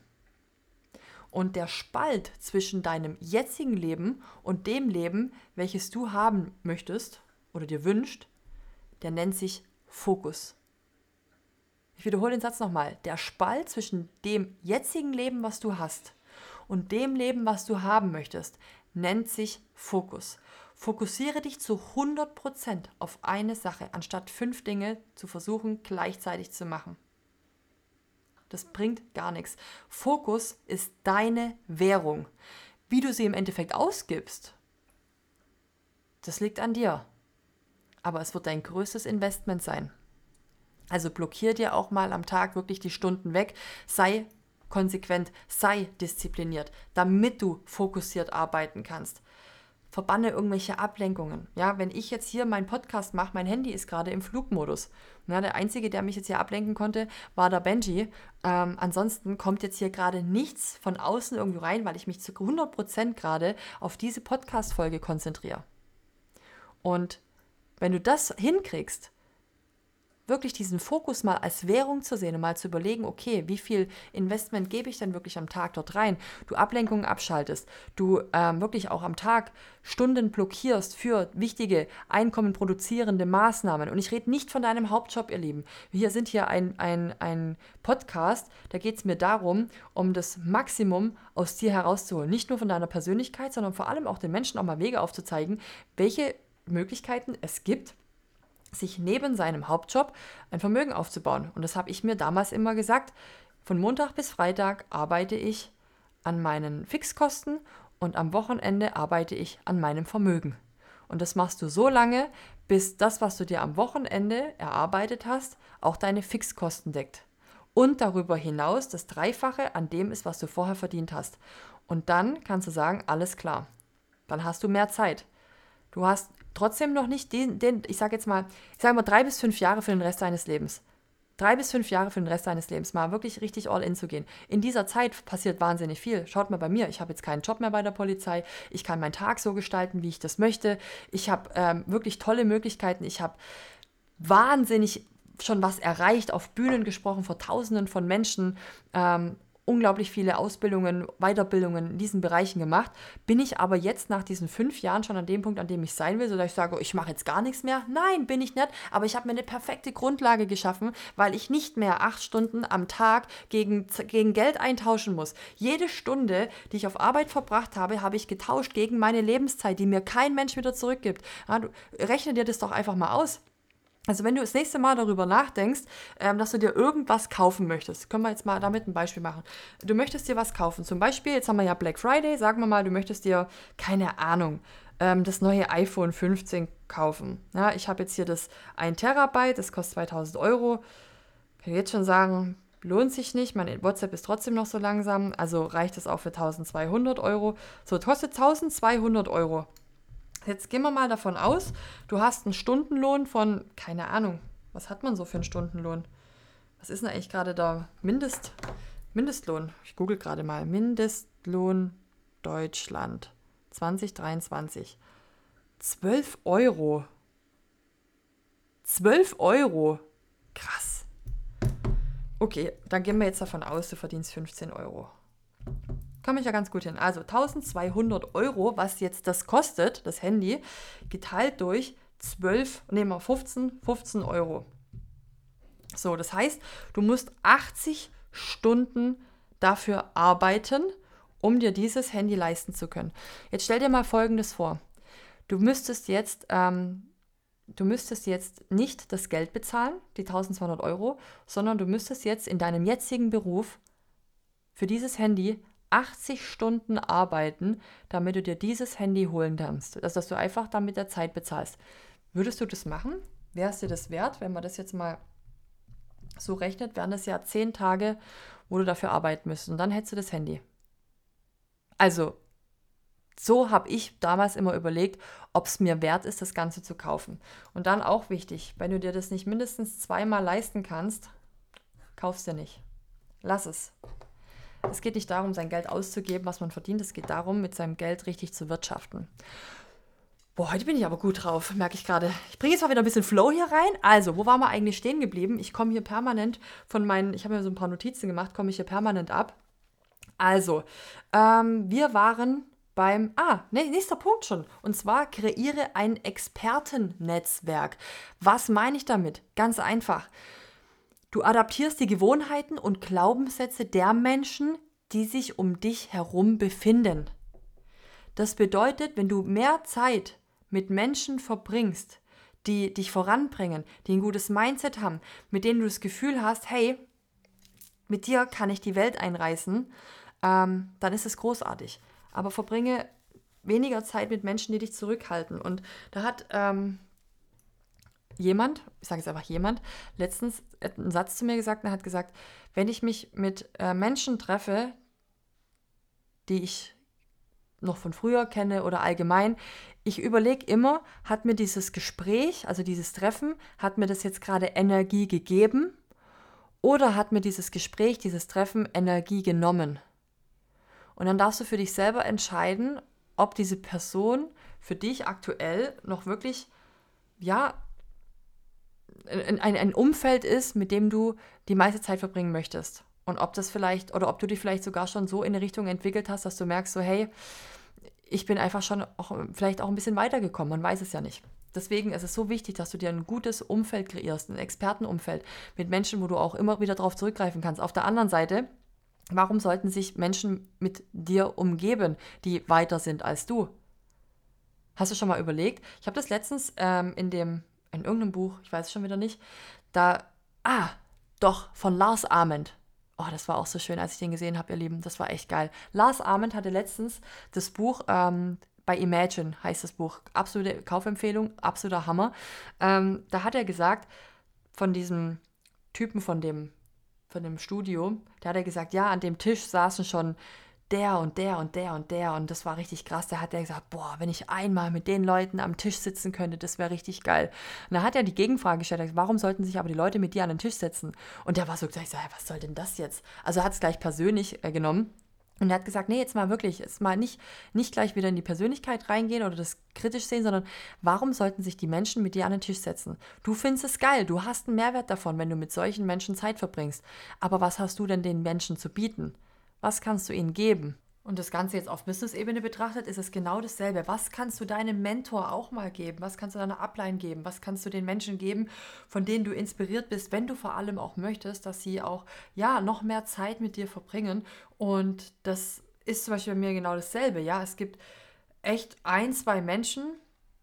Und der Spalt zwischen deinem jetzigen Leben und dem Leben, welches du haben möchtest oder dir wünscht, der nennt sich Fokus. Ich wiederhole den Satz nochmal. Der Spalt zwischen dem jetzigen Leben, was du hast, und dem Leben, was du haben möchtest, nennt sich Fokus. Fokussiere dich zu hundert Prozent auf eine Sache, anstatt fünf Dinge zu versuchen, gleichzeitig zu machen. Das bringt gar nichts. Fokus ist deine Währung. Wie du sie im Endeffekt ausgibst, das liegt an dir. Aber es wird dein größtes Investment sein. Also blockier dir auch mal am Tag wirklich die Stunden weg. Sei konsequent, sei diszipliniert, damit du fokussiert arbeiten kannst. Verbanne irgendwelche Ablenkungen. Ja, wenn ich jetzt hier meinen Podcast mache, mein Handy ist gerade im Flugmodus. Ja, der Einzige, der mich jetzt hier ablenken konnte, war der Benji. Ähm, ansonsten kommt jetzt hier gerade nichts von außen irgendwo rein, weil ich mich zu hundert Prozent gerade auf diese Podcast-Folge konzentriere. Und wenn du das hinkriegst, wirklich diesen Fokus mal als Währung zu sehen und mal zu überlegen, okay, wie viel Investment gebe ich denn wirklich am Tag dort rein? Du Ablenkungen abschaltest, du ähm, wirklich auch am Tag Stunden blockierst für wichtige, einkommenproduzierende Maßnahmen. Und ich rede nicht von deinem Hauptjob, ihr Lieben. Wir sind hier ein, ein, ein Podcast, da geht es mir darum, um das Maximum aus dir herauszuholen. Nicht nur von deiner Persönlichkeit, sondern vor allem auch den Menschen auch mal Wege aufzuzeigen, welche Möglichkeiten es gibt, sich neben seinem Hauptjob ein Vermögen aufzubauen. Und das habe ich mir damals immer gesagt, von Montag bis Freitag arbeite ich an meinen Fixkosten und am Wochenende arbeite ich an meinem Vermögen. Und das machst du so lange, bis das, was du dir am Wochenende erarbeitet hast, auch deine Fixkosten deckt. Und darüber hinaus das Dreifache an dem ist, was du vorher verdient hast. Und dann kannst du sagen, alles klar, dann hast du mehr Zeit. Du hast trotzdem noch nicht den, den ich sage jetzt mal, ich sage mal drei bis fünf Jahre für den Rest deines Lebens. Drei bis fünf Jahre für den Rest deines Lebens, mal wirklich richtig all in zu gehen. In dieser Zeit passiert wahnsinnig viel. Schaut mal bei mir, ich habe jetzt keinen Job mehr bei der Polizei. Ich kann meinen Tag so gestalten, wie ich das möchte. Ich habe ähm, wirklich tolle Möglichkeiten. Ich habe wahnsinnig schon was erreicht, auf Bühnen gesprochen vor Tausenden von Menschen. Ähm, unglaublich viele Ausbildungen, Weiterbildungen in diesen Bereichen gemacht. Bin ich aber jetzt nach diesen fünf Jahren schon an dem Punkt, an dem ich sein will, sodass ich sage, ich mache jetzt gar nichts mehr? Nein, bin ich nicht. Aber ich habe mir eine perfekte Grundlage geschaffen, weil ich nicht mehr acht Stunden am Tag gegen, gegen Geld eintauschen muss. Jede Stunde, die ich auf Arbeit verbracht habe, habe ich getauscht gegen meine Lebenszeit, die mir kein Mensch wieder zurückgibt. Ja, du, rechne dir das doch einfach mal aus. Also wenn du das nächste Mal darüber nachdenkst, ähm, dass du dir irgendwas kaufen möchtest, können wir jetzt mal damit ein Beispiel machen. Du möchtest dir was kaufen. Zum Beispiel, jetzt haben wir ja Black Friday, sagen wir mal, du möchtest dir, keine Ahnung, ähm, das neue iPhone fünfzehn kaufen. Ja, ich habe jetzt hier das ein Terabyte, das kostet zweitausend Euro. Kann ich jetzt schon sagen, lohnt sich nicht. Mein WhatsApp ist trotzdem noch so langsam, also reicht es auch für eintausendzweihundert Euro. So, kostet eintausendzweihundert Euro. Jetzt gehen wir mal davon aus, du hast einen Stundenlohn von, keine Ahnung, was hat man so für einen Stundenlohn? Was ist denn eigentlich gerade der Mindest, Mindestlohn? Ich google gerade mal. Mindestlohn Deutschland zwanzig dreiundzwanzig. zwölf Euro. zwölf Euro. Krass. Okay, dann gehen wir jetzt davon aus, du verdienst fünfzehn Euro. Komme ich ja ganz gut hin. Also eintausendzweihundert Euro, was jetzt das kostet, das Handy, geteilt durch zwölf, nehmen wir fünfzehn, fünfzehn Euro. So, das heißt, du musst achtzig Stunden dafür arbeiten, um dir dieses Handy leisten zu können. Jetzt stell dir mal Folgendes vor. Du müsstest jetzt, ähm, du müsstest jetzt nicht das Geld bezahlen, die eintausendzweihundert Euro, sondern du müsstest jetzt in deinem jetzigen Beruf für dieses Handy achtzig Stunden arbeiten, damit du dir dieses Handy holen kannst. Also, dass du einfach damit der Zeit bezahlst. Würdest du das machen? Wäre es dir das wert? Wenn man das jetzt mal so rechnet, wären das ja zehn Tage, wo du dafür arbeiten müsstest. Und dann hättest du das Handy. Also, so habe ich damals immer überlegt, ob es mir wert ist, das Ganze zu kaufen. Und dann auch wichtig, wenn du dir das nicht mindestens zweimal leisten kannst, kaufst du nicht. Lass es. Es geht nicht darum, sein Geld auszugeben, was man verdient. Es geht darum, mit seinem Geld richtig zu wirtschaften. Boah, heute bin ich aber gut drauf, merke ich gerade. Ich bringe jetzt mal wieder ein bisschen Flow hier rein. Also, wo waren wir eigentlich stehen geblieben? Ich komme hier permanent von meinen, ich habe mir so ein paar Notizen gemacht, komme ich hier permanent ab. Also, ähm, wir waren beim, ah, nee, nächster Punkt schon. Und zwar kreiere ein Expertennetzwerk. Was meine ich damit? Ganz einfach. Du adaptierst die Gewohnheiten und Glaubenssätze der Menschen, die sich um dich herum befinden. Das bedeutet, wenn du mehr Zeit mit Menschen verbringst, die dich voranbringen, die ein gutes Mindset haben, mit denen du das Gefühl hast, hey, mit dir kann ich die Welt einreißen, ähm, dann ist es großartig. Aber verbringe weniger Zeit mit Menschen, die dich zurückhalten. Und da hat ähm, jemand, ich sage jetzt einfach jemand, letztens einen Satz zu mir gesagt, und er hat gesagt, wenn ich mich mit äh, Menschen treffe, die ich noch von früher kenne oder allgemein, ich überlege immer, hat mir dieses Gespräch, also dieses Treffen, hat mir das jetzt gerade Energie gegeben oder hat mir dieses Gespräch, dieses Treffen Energie genommen? Und dann darfst du für dich selber entscheiden, ob diese Person für dich aktuell noch wirklich, ja, ein, ein Umfeld ist, mit dem du die meiste Zeit verbringen möchtest. Und ob das vielleicht, oder ob du dich vielleicht sogar schon so in eine Richtung entwickelt hast, dass du merkst, so hey, ich bin einfach schon auch, vielleicht auch ein bisschen weitergekommen, man weiß es ja nicht. Deswegen ist es so wichtig, dass du dir ein gutes Umfeld kreierst, ein Expertenumfeld mit Menschen, wo du auch immer wieder darauf zurückgreifen kannst. Auf der anderen Seite, warum sollten sich Menschen mit dir umgeben, die weiter sind als du? Hast du schon mal überlegt? Ich habe das letztens ähm, in dem, in irgendeinem Buch, ich weiß es schon wieder nicht, da, ah, doch, von Lars Ament. Oh, das war auch so schön, als ich den gesehen habe, ihr Lieben. Das war echt geil. Lars Ament hatte letztens das Buch, ähm, bei Imagine heißt das Buch, absolute Kaufempfehlung, absoluter Hammer. Ähm, da hat er gesagt, von diesem Typen von dem, von dem Studio, da hat er gesagt, ja, an dem Tisch saßen schon der und der und der und der und das war richtig krass. Da hat er gesagt, boah, wenn ich einmal mit den Leuten am Tisch sitzen könnte, das wäre richtig geil. Und da hat er die Gegenfrage gestellt, warum sollten sich aber die Leute mit dir an den Tisch setzen? Und der war so gleich, was soll denn das jetzt? Also er hat es gleich persönlich äh, genommen. Und er hat gesagt, nee, jetzt mal wirklich, jetzt mal nicht, nicht gleich wieder in die Persönlichkeit reingehen oder das kritisch sehen, sondern warum sollten sich die Menschen mit dir an den Tisch setzen? Du findest es geil, du hast einen Mehrwert davon, wenn du mit solchen Menschen Zeit verbringst. Aber was hast du denn den Menschen zu bieten? Was kannst du ihnen geben? Und das Ganze jetzt auf Business-Ebene betrachtet, ist es genau dasselbe. Was kannst du deinem Mentor auch mal geben? Was kannst du deiner Upline geben? Was kannst du den Menschen geben, von denen du inspiriert bist, wenn du vor allem auch möchtest, dass sie auch ja, noch mehr Zeit mit dir verbringen? Und das ist zum Beispiel bei mir genau dasselbe. Ja, es gibt echt ein, zwei Menschen,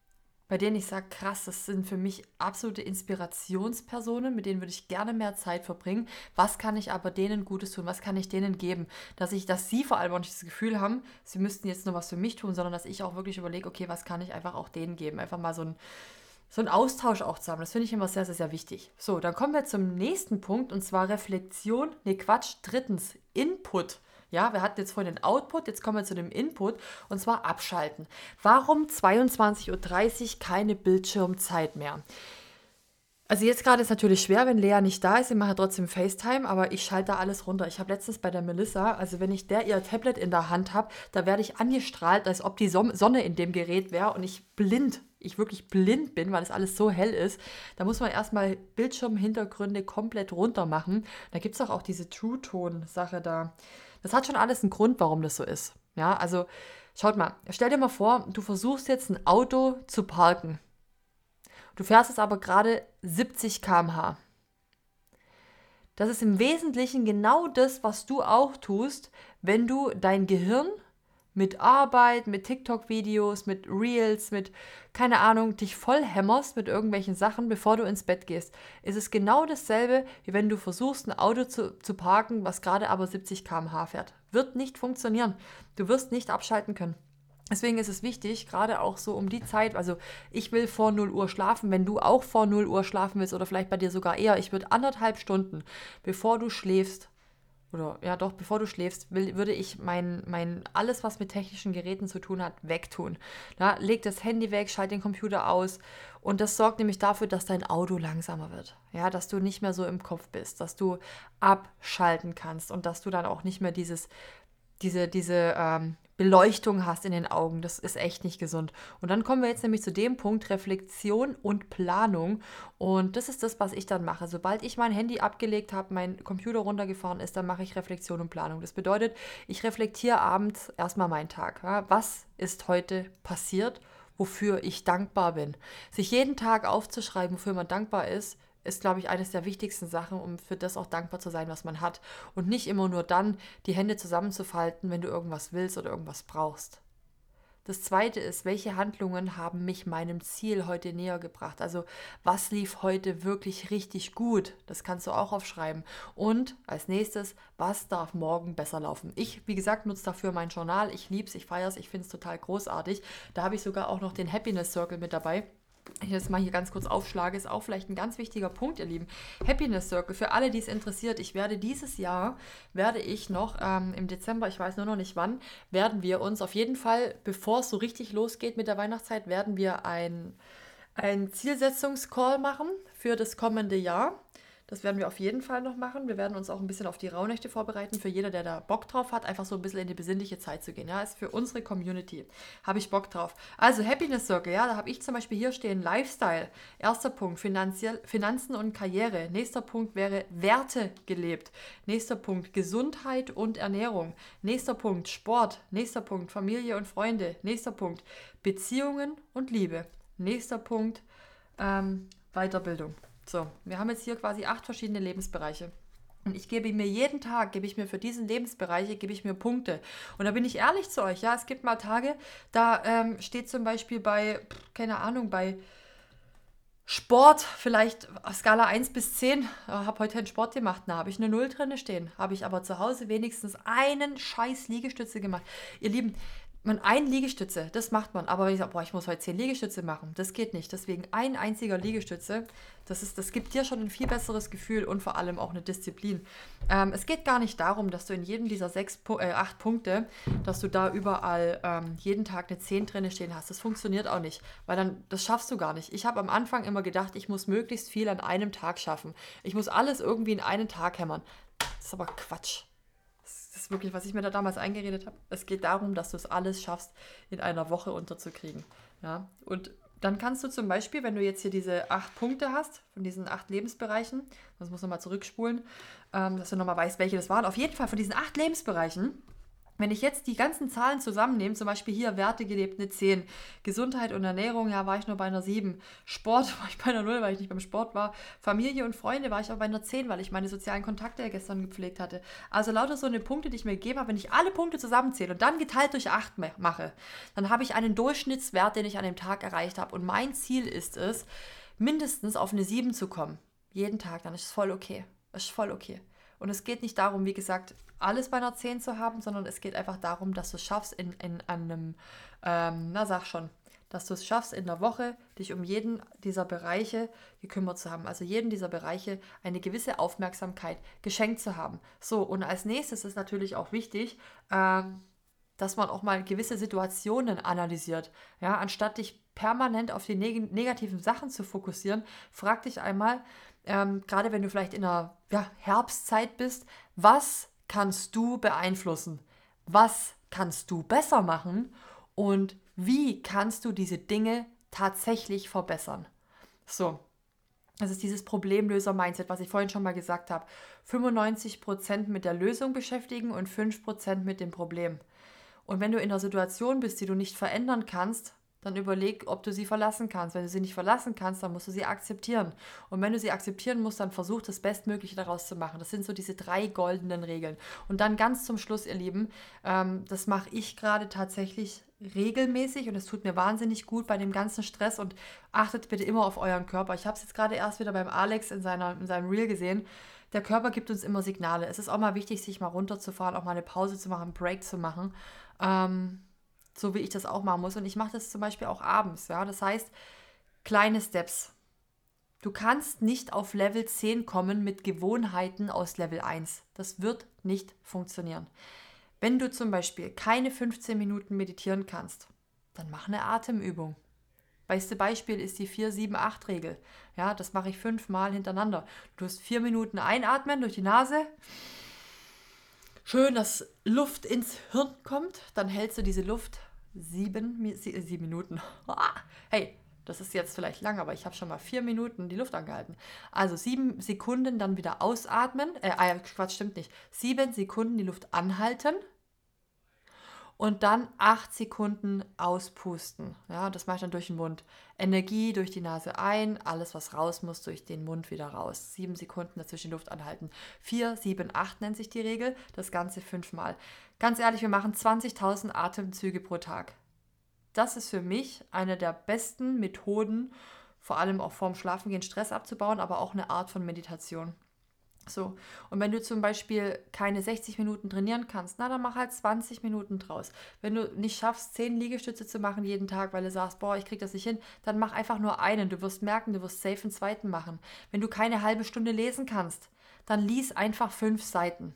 bei denen ich sage, krass, das sind für mich absolute Inspirationspersonen, mit denen würde ich gerne mehr Zeit verbringen. Was kann ich aber denen Gutes tun? Was kann ich denen geben? Dass ich, dass sie vor allem auch nicht das Gefühl haben, sie müssten jetzt nur was für mich tun, sondern dass ich auch wirklich überlege, okay, was kann ich einfach auch denen geben? Einfach mal so ein, so ein Austausch auch zu haben. Das finde ich immer sehr, sehr, sehr wichtig. So, dann kommen wir zum nächsten Punkt und zwar Reflexion. Nee, Quatsch. Drittens, Input. Ja, wir hatten jetzt vorhin den Output, jetzt kommen wir zu dem Input und zwar abschalten. Warum zweiundzwanzig Uhr dreißig keine Bildschirmzeit mehr? Also jetzt gerade ist es natürlich schwer, wenn Lea nicht da ist, ich mache trotzdem FaceTime, aber ich schalte da alles runter. Ich habe letztens bei der Melissa, also wenn ich der ihr Tablet in der Hand habe, da werde ich angestrahlt, als ob die Sonne in dem Gerät wäre und ich blind, ich wirklich blind bin, weil es alles so hell ist. Da muss man erstmal Bildschirmhintergründe komplett runter machen. Da gibt es auch, auch diese True-Tone-Sache da. Das hat schon alles einen Grund, warum das so ist. Ja, also schaut mal, stell dir mal vor, du versuchst jetzt ein Auto zu parken. Du fährst es aber gerade siebzig Kilometer pro Stunde. Das ist im Wesentlichen genau das, was du auch tust, wenn du dein Gehirn mit Arbeit, mit TikTok-Videos, mit Reels, mit, keine Ahnung, dich voll hämmerst mit irgendwelchen Sachen, bevor du ins Bett gehst. Es ist genau dasselbe, wie wenn du versuchst, ein Auto zu, zu parken, was gerade aber siebzig Kilometer pro Stunde fährt. Wird nicht funktionieren. Du wirst nicht abschalten können. Deswegen ist es wichtig, gerade auch so um die Zeit, also ich will vor null Uhr schlafen, wenn du auch vor null Uhr schlafen willst oder vielleicht bei dir sogar eher, ich würde anderthalb Stunden, bevor du schläfst, oder ja doch, bevor du schläfst, will, würde ich mein, mein alles, was mit technischen Geräten zu tun hat, wegtun. Ja, leg das Handy weg, schalt den Computer aus und das sorgt nämlich dafür, dass dein Auto langsamer wird. Ja, dass du nicht mehr so im Kopf bist, dass du abschalten kannst und dass du dann auch nicht mehr dieses, diese, diese ähm, Beleuchtung hast in den Augen. Das ist echt nicht gesund. Und dann kommen wir jetzt nämlich zu dem Punkt Reflexion und Planung. Und das ist das, was ich dann mache. Sobald ich mein Handy abgelegt habe, mein Computer runtergefahren ist, dann mache ich Reflexion und Planung. Das bedeutet, ich reflektiere abends erstmal meinen Tag. Ja, was ist heute passiert, wofür ich dankbar bin? Sich jeden Tag aufzuschreiben, wofür man dankbar ist, ist, glaube ich, eines der wichtigsten Sachen, um für das auch dankbar zu sein, was man hat. Und nicht immer nur dann die Hände zusammenzufalten, wenn du irgendwas willst oder irgendwas brauchst. Das Zweite ist, welche Handlungen haben mich meinem Ziel heute näher gebracht? Also was lief heute wirklich richtig gut? Das kannst du auch aufschreiben. Und als nächstes, was darf morgen besser laufen? Ich, wie gesagt, nutze dafür mein Journal. Ich liebe es, ich feiere es, ich finde es total großartig. Da habe ich sogar auch noch den Happiness Circle mit dabei. Ich das mal hier ganz kurz aufschlage, ist auch vielleicht ein ganz wichtiger Punkt, ihr Lieben. Happiness Circle, für alle, die es interessiert. Ich werde dieses Jahr, werde ich noch ähm, im Dezember, ich weiß nur noch nicht wann, werden wir uns auf jeden Fall, bevor es so richtig losgeht mit der Weihnachtszeit, werden wir ein, ein Zielsetzungscall machen für das kommende Jahr. Das werden wir auf jeden Fall noch machen. Wir werden uns auch ein bisschen auf die Rauhnächte vorbereiten. Für jeder, der da Bock drauf hat, einfach so ein bisschen in die besinnliche Zeit zu gehen. Ja, ist für unsere Community. Habe ich Bock drauf. Also Happiness Circle, ja, da habe ich zum Beispiel hier stehen Lifestyle. Erster Punkt, finanziell, Finanzen und Karriere. Nächster Punkt wäre Werte gelebt. Nächster Punkt, Gesundheit und Ernährung. Nächster Punkt, Sport. Nächster Punkt, Familie und Freunde. Nächster Punkt, Beziehungen und Liebe. Nächster Punkt, ähm, Weiterbildung. So, wir haben jetzt hier quasi acht verschiedene Lebensbereiche. Und ich gebe mir jeden Tag, gebe ich mir für diesen Lebensbereiche, gebe ich mir Punkte. Und da bin ich ehrlich zu euch, ja, es gibt mal Tage, da ähm, steht zum Beispiel bei, keine Ahnung, bei Sport, vielleicht auf Skala eins bis zehn, äh, habe heute einen Sport gemacht, da habe ich eine Null drin stehen. Habe ich aber zu Hause wenigstens einen scheiß Liegestütze gemacht. Ihr Lieben, man ein Liegestütze, das macht man, aber wenn ich sage, boah, ich muss heute zehn Liegestütze machen, das geht nicht. Deswegen ein einziger Liegestütze, das, ist, das gibt dir schon ein viel besseres Gefühl und vor allem auch eine Disziplin. Ähm, es geht gar nicht darum, dass du in jedem dieser sechs, äh, acht Punkte, dass du da überall ähm, jeden Tag eine zehn drin stehen hast. Das funktioniert auch nicht, weil dann, das schaffst du gar nicht. Ich habe am Anfang immer gedacht, ich muss möglichst viel an einem Tag schaffen. Ich muss alles irgendwie in einen Tag hämmern. Das ist aber Quatsch. Das ist wirklich, was ich mir da damals eingeredet habe. Es geht darum, dass du es alles schaffst, in einer Woche unterzukriegen. Ja? Und dann kannst du zum Beispiel, wenn du jetzt hier diese acht Punkte hast, von diesen acht Lebensbereichen, das muss nochmal zurückspulen, ähm, dass du nochmal weißt, welche das waren. Auf jeden Fall von diesen acht Lebensbereichen Wenn ich jetzt die ganzen Zahlen zusammennehme, zum Beispiel hier Werte gelebt eine zehn, Gesundheit und Ernährung, ja, war ich nur bei einer sieben, Sport war ich bei einer null, weil ich nicht beim Sport war, Familie und Freunde war ich auch bei einer zehn, weil ich meine sozialen Kontakte ja gestern gepflegt hatte. Also lauter so eine Punkte, die ich mir gegeben habe, wenn ich alle Punkte zusammenzähle und dann geteilt durch acht mache, dann habe ich einen Durchschnittswert, den ich an dem Tag erreicht habe. Und mein Ziel ist es, mindestens auf eine sieben zu kommen. Jeden Tag, dann ist es voll okay. Das ist voll okay. Und es geht nicht darum, wie gesagt, alles bei einer zehn zu haben, sondern es geht einfach darum, dass du es schaffst in, in einem, ähm, na sag schon, dass du es schaffst in der Woche, dich um jeden dieser Bereiche gekümmert zu haben. Also jeden dieser Bereiche eine gewisse Aufmerksamkeit geschenkt zu haben. So, und als nächstes ist natürlich auch wichtig, ähm, dass man auch mal gewisse Situationen analysiert. Ja, anstatt dich permanent auf die neg- negativen Sachen zu fokussieren, frag dich einmal, ähm, gerade wenn du vielleicht in einer ja, Herbstzeit bist, was kannst du beeinflussen? Was kannst du besser machen? Und wie kannst du diese Dinge tatsächlich verbessern? So, das ist dieses Problemlöser-Mindset, was ich vorhin schon mal gesagt habe. fünfundneunzig Prozent mit der Lösung beschäftigen und fünf Prozent mit dem Problem. Und wenn du in einer Situation bist, die du nicht verändern kannst, dann überleg, ob du sie verlassen kannst. Wenn du sie nicht verlassen kannst, dann musst du sie akzeptieren. Und wenn du sie akzeptieren musst, dann versuch das Bestmögliche daraus zu machen. Das sind so diese drei goldenen Regeln. Und dann ganz zum Schluss, ihr Lieben, ähm, das mache ich gerade tatsächlich regelmäßig und es tut mir wahnsinnig gut bei dem ganzen Stress und achtet bitte immer auf euren Körper. Ich habe es jetzt gerade erst wieder beim Alex in, seiner, in seinem Reel gesehen. Der Körper gibt uns immer Signale. Es ist auch mal wichtig, sich mal runterzufahren, auch mal eine Pause zu machen, einen Break zu machen. Ähm, so wie ich das auch machen muss. Und ich mache das zum Beispiel auch abends. Ja? Das heißt, kleine Steps. Du kannst nicht auf Level zehn kommen mit Gewohnheiten aus Level eins. Das wird nicht funktionieren. Wenn du zum Beispiel keine fünfzehn Minuten meditieren kannst, dann mach eine Atemübung. Beste Beispiel ist die vier sieben acht Regel. Ja, das mache ich fünfmal hintereinander. Du tust vier Minuten einatmen durch die Nase. Schön, dass Luft ins Hirn kommt. Dann hältst du diese Luft sieben, sieben Minuten. Hey, das ist jetzt vielleicht lang, aber ich habe schon mal vier Minuten die Luft angehalten. Also sieben Sekunden dann wieder ausatmen. Äh, Quatsch, stimmt nicht. Sieben Sekunden die Luft anhalten. Und dann acht Sekunden auspusten. Ja, das mache ich dann durch den Mund. Energie durch die Nase ein, alles was raus muss, durch den Mund wieder raus. Sieben Sekunden dazwischen Luft anhalten. Vier, sieben, acht nennt sich die Regel. Das Ganze fünfmal. Ganz ehrlich, wir machen zwanzigtausend Atemzüge pro Tag. Das ist für mich eine der besten Methoden, vor allem auch vorm Schlafengehen Stress abzubauen, aber auch eine Art von Meditation. So, und wenn du zum Beispiel keine sechzig Minuten trainieren kannst, na, dann mach halt zwanzig Minuten draus. Wenn du nicht schaffst, zehn Liegestütze zu machen jeden Tag, weil du sagst, boah, ich krieg das nicht hin, dann mach einfach nur einen. Du wirst merken, du wirst safe einen zweiten machen. Wenn du keine halbe Stunde lesen kannst, dann lies einfach fünf Seiten.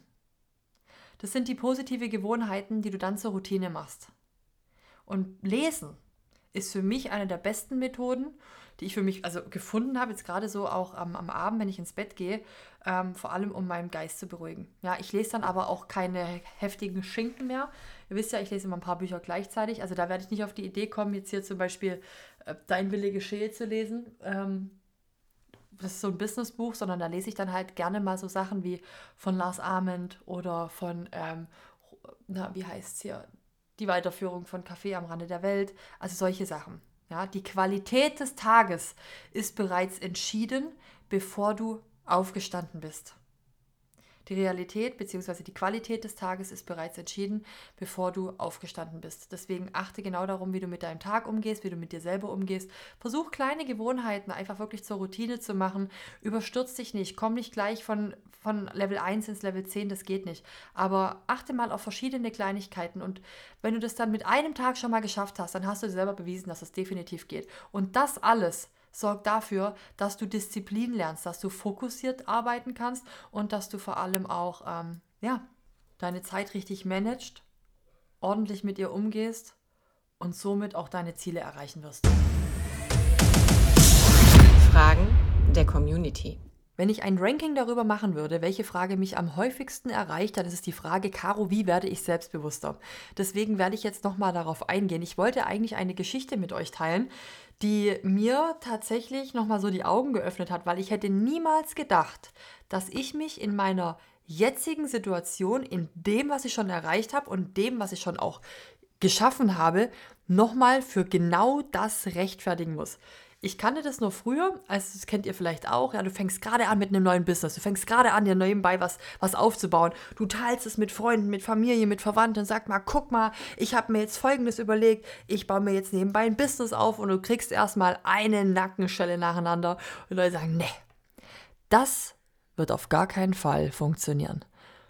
Das sind die positive Gewohnheiten, die du dann zur Routine machst. Und Lesen ist für mich eine der besten Methoden, die ich für mich also gefunden habe, jetzt gerade so auch am, am Abend, wenn ich ins Bett gehe, ähm, vor allem um meinen Geist zu beruhigen. Ja, ich lese dann aber auch keine heftigen Schinken mehr. Ihr wisst ja, ich lese immer ein paar Bücher gleichzeitig, also da werde ich nicht auf die Idee kommen, jetzt hier zum Beispiel äh, Dein Wille geschehe zu lesen. Ähm, das ist so ein Businessbuch, sondern da lese ich dann halt gerne mal so Sachen wie von Lars Ament oder von, ähm, na, wie heißt es hier, die Weiterführung von Café am Rande der Welt, also solche Sachen. Ja, die Qualität des Tages ist bereits entschieden, bevor du aufgestanden bist. Die Realität bzw. die Qualität des Tages ist bereits entschieden, bevor du aufgestanden bist. Deswegen achte genau darum, wie du mit deinem Tag umgehst, wie du mit dir selber umgehst. Versuch kleine Gewohnheiten einfach wirklich zur Routine zu machen. Überstürz dich nicht, komm nicht gleich von, von Level eins ins Level zehn, das geht nicht. Aber achte mal auf verschiedene Kleinigkeiten und wenn du das dann mit einem Tag schon mal geschafft hast, dann hast du dir selber bewiesen, dass es definitiv geht. Und das alles sorgt dafür, dass du Disziplin lernst, dass du fokussiert arbeiten kannst und dass du vor allem auch ähm, ja, deine Zeit richtig managst, ordentlich mit ihr umgehst und somit auch deine Ziele erreichen wirst. Fragen der Community. Wenn ich ein Ranking darüber machen würde, welche Frage mich am häufigsten erreicht, dann ist es die Frage, Caro, wie werde ich selbstbewusster? Deswegen werde ich jetzt nochmal darauf eingehen. Ich wollte eigentlich eine Geschichte mit euch teilen, die mir tatsächlich nochmal so die Augen geöffnet hat, weil ich hätte niemals gedacht, dass ich mich in meiner jetzigen Situation, in dem, was ich schon erreicht habe und dem, was ich schon auch geschaffen habe, nochmal für genau das rechtfertigen muss. Ich kannte das nur früher, also das kennt ihr vielleicht auch, ja, du fängst gerade an mit einem neuen Business, du fängst gerade an, dir nebenbei was, was aufzubauen, du teilst es mit Freunden, mit Familie, mit Verwandten und sag mal, guck mal, ich habe mir jetzt Folgendes überlegt, ich baue mir jetzt nebenbei ein Business auf und du kriegst erstmal eine Nackenschelle nacheinander und Leute sagen, nee, das wird auf gar keinen Fall funktionieren.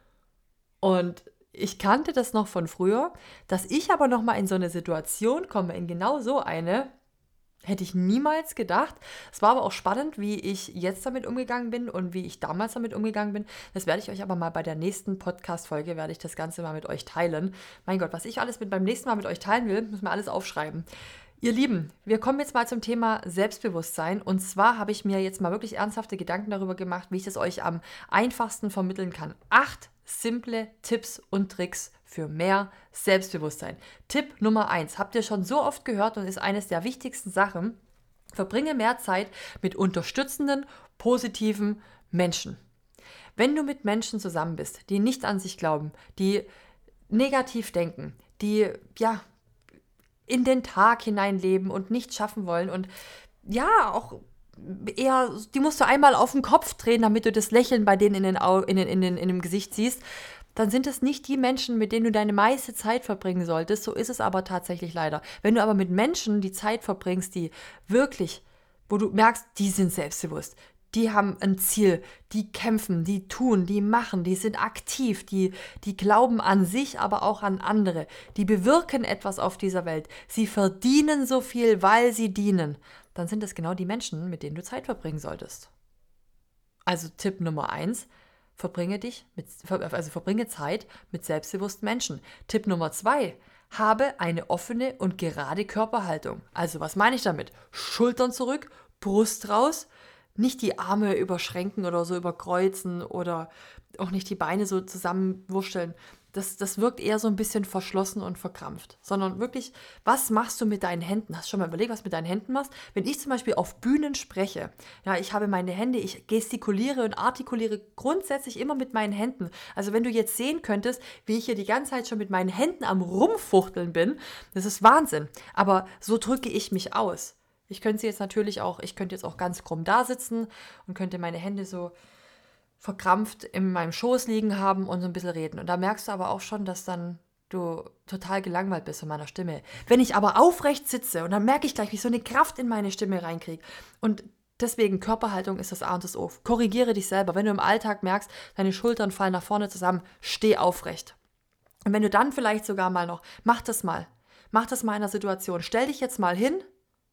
Und ich kannte das noch von früher, dass ich aber nochmal in so eine Situation komme, in genau so eine, hätte ich niemals gedacht. Es war aber auch spannend, wie ich jetzt damit umgegangen bin und wie ich damals damit umgegangen bin. Das werde ich euch aber mal bei der nächsten Podcast-Folge, werde ich das Ganze mal mit euch teilen. Mein Gott, was ich alles mit beim nächsten Mal mit euch teilen will, müssen wir alles aufschreiben. Ihr Lieben, wir kommen jetzt mal zum Thema Selbstbewusstsein. Und zwar habe ich mir jetzt mal wirklich ernsthafte Gedanken darüber gemacht, wie ich das euch am einfachsten vermitteln kann. Acht simple Tipps und Tricks für mehr Selbstbewusstsein. Tipp Nummer eins, habt ihr schon so oft gehört und ist eines der wichtigsten Sachen: Verbringe mehr Zeit mit unterstützenden, positiven Menschen. Wenn du mit Menschen zusammen bist, die nicht an sich glauben, die negativ denken, die ja in den Tag hineinleben und nichts schaffen wollen und ja auch eher, die musst du einmal auf den Kopf drehen, damit du das Lächeln bei denen in, den Au- in, den, in, den, in dem Gesicht siehst, dann sind es nicht die Menschen, mit denen du deine meiste Zeit verbringen solltest. So ist es aber tatsächlich leider. Wenn du aber mit Menschen die Zeit verbringst, die wirklich, wo du merkst, die sind selbstbewusst, die haben ein Ziel, die kämpfen, die tun, die machen, die sind aktiv, die, die glauben an sich, aber auch an andere, die bewirken etwas auf dieser Welt, sie verdienen so viel, weil sie dienen, dann sind das genau die Menschen, mit denen du Zeit verbringen solltest. Also Tipp Nummer eins, verbringe dich mit, also verbringe Zeit mit selbstbewussten Menschen. Tipp Nummer zwei, habe eine offene und gerade Körperhaltung. Also was meine ich damit? Schultern zurück, Brust raus, nicht die Arme überschränken oder so überkreuzen oder auch nicht die Beine so zusammenwurschteln. Das, das wirkt eher so ein bisschen verschlossen und verkrampft. Sondern wirklich, was machst du mit deinen Händen? Hast du schon mal überlegt, was du mit deinen Händen machst? Wenn ich zum Beispiel auf Bühnen spreche, ja, ich habe meine Hände, ich gestikuliere und artikuliere grundsätzlich immer mit meinen Händen. Also wenn du jetzt sehen könntest, wie ich hier die ganze Zeit schon mit meinen Händen am Rumfuchteln bin, das ist Wahnsinn. Aber so drücke ich mich aus. Ich könnte jetzt natürlich auch, ich könnte jetzt auch ganz krumm da sitzen und könnte meine Hände so verkrampft in meinem Schoß liegen haben und so ein bisschen reden. Und da merkst du aber auch schon, dass dann du total gelangweilt bist von meiner Stimme. Wenn ich aber aufrecht sitze und dann merke ich gleich, wie ich so eine Kraft in meine Stimme reinkriege. Und deswegen, Körperhaltung ist das A und das O. Korrigiere dich selber. Wenn du im Alltag merkst, deine Schultern fallen nach vorne zusammen, steh aufrecht. Und wenn du dann vielleicht sogar mal noch, mach das mal. Mach das mal in einer Situation. Stell dich jetzt mal hin,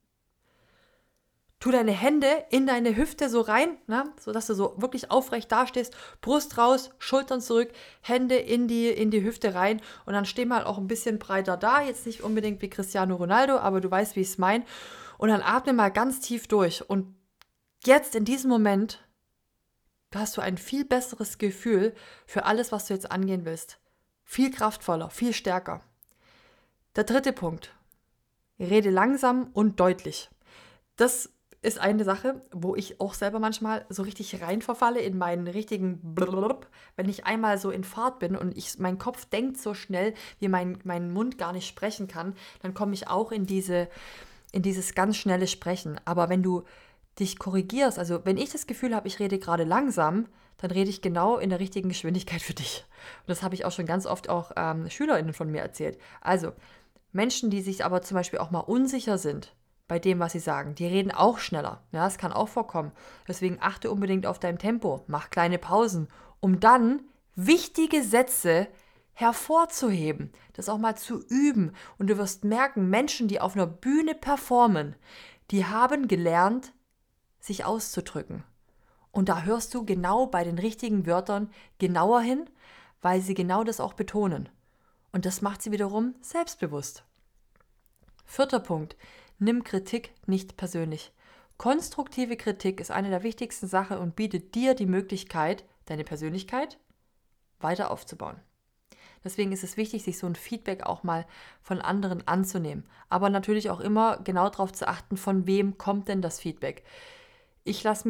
tu deine Hände in deine Hüfte so rein, ne, sodass du so wirklich aufrecht dastehst, Brust raus, Schultern zurück, Hände in die, in die Hüfte rein und dann steh mal auch ein bisschen breiter da, jetzt nicht unbedingt wie Cristiano Ronaldo, aber du weißt, wie ich es meine. Und dann atme mal ganz tief durch und jetzt in diesem Moment hast du ein viel besseres Gefühl für alles, was du jetzt angehen willst. Viel kraftvoller, viel stärker. Der dritte Punkt, rede langsam und deutlich. Das ist eine Sache, wo ich auch selber manchmal so richtig rein verfalle in meinen richtigen Blub, wenn ich einmal so in Fahrt bin und ich, mein Kopf denkt so schnell, wie mein, mein Mund gar nicht sprechen kann, dann komme ich auch in, diese, in dieses ganz schnelle Sprechen. Aber wenn du dich korrigierst, also wenn ich das Gefühl habe, ich rede gerade langsam, dann rede ich genau in der richtigen Geschwindigkeit für dich. Und das habe ich auch schon ganz oft auch ähm, SchülerInnen von mir erzählt. Also Menschen, die sich aber zum Beispiel auch mal unsicher sind, bei dem, was sie sagen. Die reden auch schneller. Ja, das kann auch vorkommen. Deswegen achte unbedingt auf dein Tempo. Mach kleine Pausen, um dann wichtige Sätze hervorzuheben. Das auch mal zu üben. Und du wirst merken, Menschen, die auf einer Bühne performen, die haben gelernt, sich auszudrücken. Und da hörst du genau bei den richtigen Wörtern genauer hin, weil sie genau das auch betonen. Und das macht sie wiederum selbstbewusst. Vierter Punkt. Nimm Kritik nicht persönlich. Konstruktive Kritik ist eine der wichtigsten Sachen und bietet dir die Möglichkeit, deine Persönlichkeit weiter aufzubauen. Deswegen ist es wichtig, sich so ein Feedback auch mal von anderen anzunehmen. Aber natürlich auch immer genau darauf zu achten, von wem kommt denn das Feedback. Ich lasse mir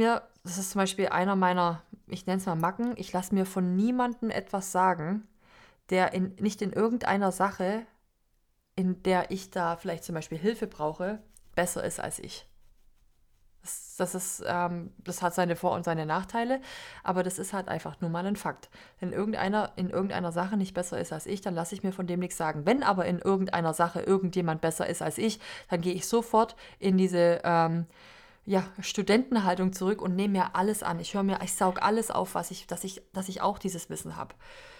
das ist zum Beispiel einer meiner, ich nenne es mal Macken, ich lasse mir von niemandem etwas sagen, der in, nicht in irgendeiner Sache, in der ich da vielleicht zum Beispiel Hilfe brauche, besser ist als ich. Das, das, ist, ähm, das hat seine Vor- und seine Nachteile, aber das ist halt einfach nur mal ein Fakt. Wenn irgendeiner in irgendeiner Sache nicht besser ist als ich, dann lasse ich mir von dem nichts sagen. Wenn aber in irgendeiner Sache irgendjemand besser ist als ich, dann gehe ich sofort in diese ähm, ja, Studentenhaltung zurück und nehme mir alles an. Ich höre mir, ich saug alles auf, was ich, dass ich, dass ich auch dieses Wissen habe.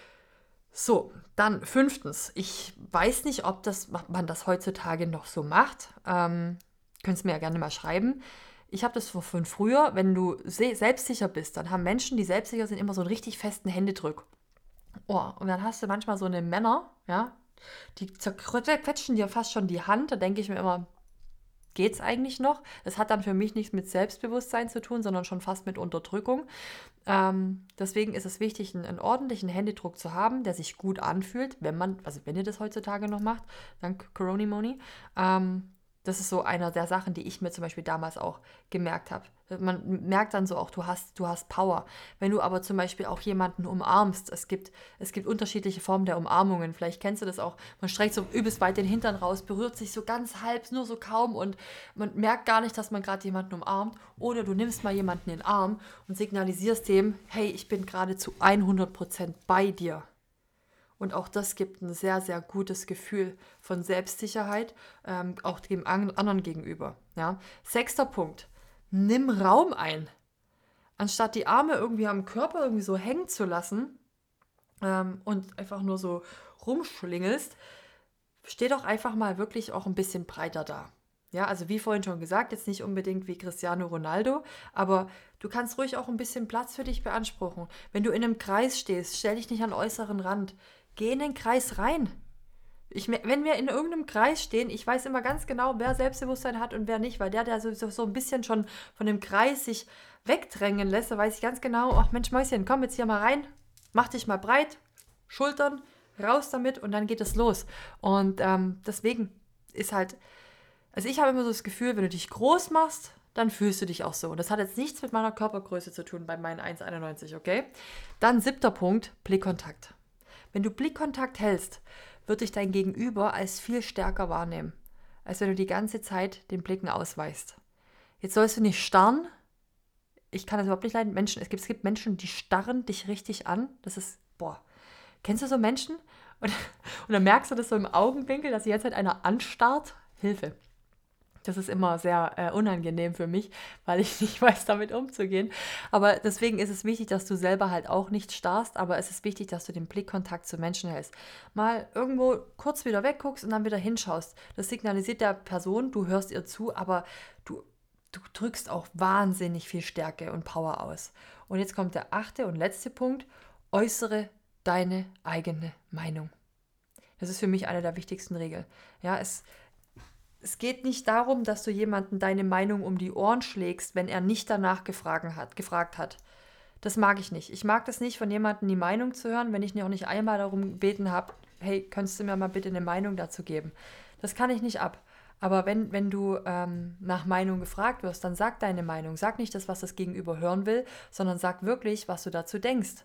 So, dann fünftens. Ich weiß nicht, ob das, man das heutzutage noch so macht. Ähm, könnt ihr mir ja gerne mal schreiben. Ich habe das von früher, wenn du se- selbstsicher bist, dann haben Menschen, die selbstsicher sind, immer so einen richtig festen Händedruck. Oh, und dann hast du manchmal so eine Männer, ja, die zerquetschen dir fast schon die Hand. Da denke ich mir immer, geht's eigentlich noch? Das hat dann für mich nichts mit Selbstbewusstsein zu tun, sondern schon fast mit Unterdrückung. Ähm, deswegen ist es wichtig, einen, einen ordentlichen Händedruck zu haben, der sich gut anfühlt, wenn man, also wenn ihr das heutzutage noch macht, dank Coronimoni. Ähm, das ist so einer der Sachen, die ich mir zum Beispiel damals auch gemerkt habe. Man merkt dann so auch, du hast, du hast Power. Wenn du aber zum Beispiel auch jemanden umarmst, es gibt, es gibt unterschiedliche Formen der Umarmungen. Vielleicht kennst du das auch. Man streckt so übelst weit den Hintern raus, berührt sich so ganz halb, nur so kaum und man merkt gar nicht, dass man gerade jemanden umarmt. Oder du nimmst mal jemanden in den Arm und signalisierst dem, hey, ich bin gerade zu hundert Prozent bei dir. Und auch das gibt ein sehr, sehr gutes Gefühl von Selbstsicherheit, ähm, auch dem anderen gegenüber. Ja. Sechster Punkt. Nimm Raum ein. Anstatt die Arme irgendwie am Körper irgendwie so hängen zu lassen ähm, und einfach nur so rumschlingelst, steh doch einfach mal wirklich auch ein bisschen breiter da. Ja, also wie vorhin schon gesagt, jetzt nicht unbedingt wie Cristiano Ronaldo, aber du kannst ruhig auch ein bisschen Platz für dich beanspruchen. Wenn du in einem Kreis stehst, stell dich nicht an den äußeren Rand. Geh in den Kreis rein. Ich, wenn wir in irgendeinem Kreis stehen, ich weiß immer ganz genau, wer Selbstbewusstsein hat und wer nicht, weil der, der so, so ein bisschen schon von dem Kreis sich wegdrängen lässt, da weiß ich ganz genau, ach Mensch Mäuschen, komm jetzt hier mal rein, mach dich mal breit, Schultern, raus damit und dann geht es los. Und ähm, deswegen ist halt, also ich habe immer so das Gefühl, wenn du dich groß machst, dann fühlst du dich auch so. Und das hat jetzt nichts mit meiner Körpergröße zu tun, bei meinen eins Komma einundneunzig, okay? Dann siebter Punkt, Blickkontakt. Wenn du Blickkontakt hältst, wird dich dein Gegenüber als viel stärker wahrnehmen, als wenn du die ganze Zeit den Blicken ausweichst. Jetzt sollst du nicht starren. Ich kann das überhaupt nicht leiden. Menschen, es gibt, es gibt Menschen, die starren dich richtig an. Das ist, boah, kennst du so Menschen? Und, und dann merkst du das so im Augenwinkel, dass die ganze Zeit einer anstarrt. Hilfe. Das ist immer sehr äh, unangenehm für mich, weil ich nicht weiß, damit umzugehen. Aber deswegen ist es wichtig, dass du selber halt auch nicht starrst, aber es ist wichtig, dass du den Blickkontakt zu Menschen hältst. Mal irgendwo kurz wieder wegguckst und dann wieder hinschaust. Das signalisiert der Person, du hörst ihr zu, aber du, du drückst auch wahnsinnig viel Stärke und Power aus. Und jetzt kommt der achte und letzte Punkt. Äußere deine eigene Meinung. Das ist für mich eine der wichtigsten Regeln. Ja, es Es geht nicht darum, dass du jemandem deine Meinung um die Ohren schlägst, wenn er nicht danach gefragt hat, gefragt hat. Das mag ich nicht. Ich mag das nicht, von jemandem die Meinung zu hören, wenn ich noch nicht einmal darum gebeten habe, hey, könntest du mir mal bitte eine Meinung dazu geben? Das kann ich nicht ab. Aber wenn, wenn du ähm, nach Meinung gefragt wirst, dann sag deine Meinung. Sag nicht das, was das Gegenüber hören will, sondern sag wirklich, was du dazu denkst.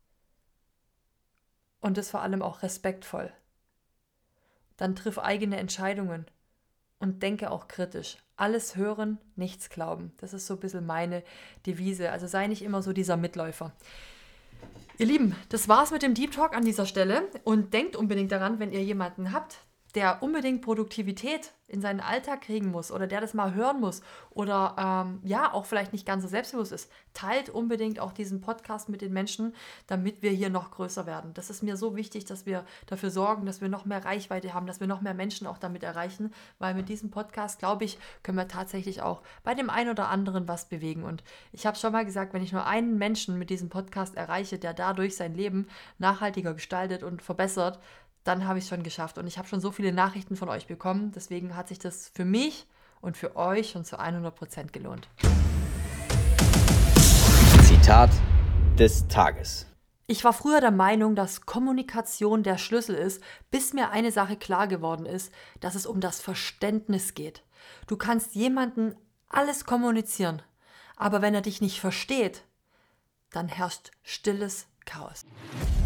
Und das vor allem auch respektvoll. Dann triff eigene Entscheidungen. Und denke auch kritisch. Alles hören, nichts glauben. Das ist so ein bisschen meine Devise. Also sei nicht immer so dieser Mitläufer. Ihr Lieben, das war's mit dem Deep Talk an dieser Stelle. Und denkt unbedingt daran, wenn ihr jemanden habt, der unbedingt Produktivität in seinen Alltag kriegen muss oder der das mal hören muss oder ähm, ja, auch vielleicht nicht ganz so selbstbewusst ist, teilt unbedingt auch diesen Podcast mit den Menschen, damit wir hier noch größer werden. Das ist mir so wichtig, dass wir dafür sorgen, dass wir noch mehr Reichweite haben, dass wir noch mehr Menschen auch damit erreichen, weil mit diesem Podcast, glaube ich, können wir tatsächlich auch bei dem einen oder anderen was bewegen. Und ich habe schon mal gesagt, wenn ich nur einen Menschen mit diesem Podcast erreiche, der dadurch sein Leben nachhaltiger gestaltet und verbessert, dann habe ich es schon geschafft. Und ich habe schon so viele Nachrichten von euch bekommen. Deswegen hat sich das für mich und für euch schon zu hundert Prozent gelohnt. Zitat des Tages. Ich war früher der Meinung, dass Kommunikation der Schlüssel ist, bis mir eine Sache klar geworden ist, dass es um das Verständnis geht. Du kannst jemandem alles kommunizieren, Aber wenn er dich nicht versteht, dann herrscht stilles Chaos.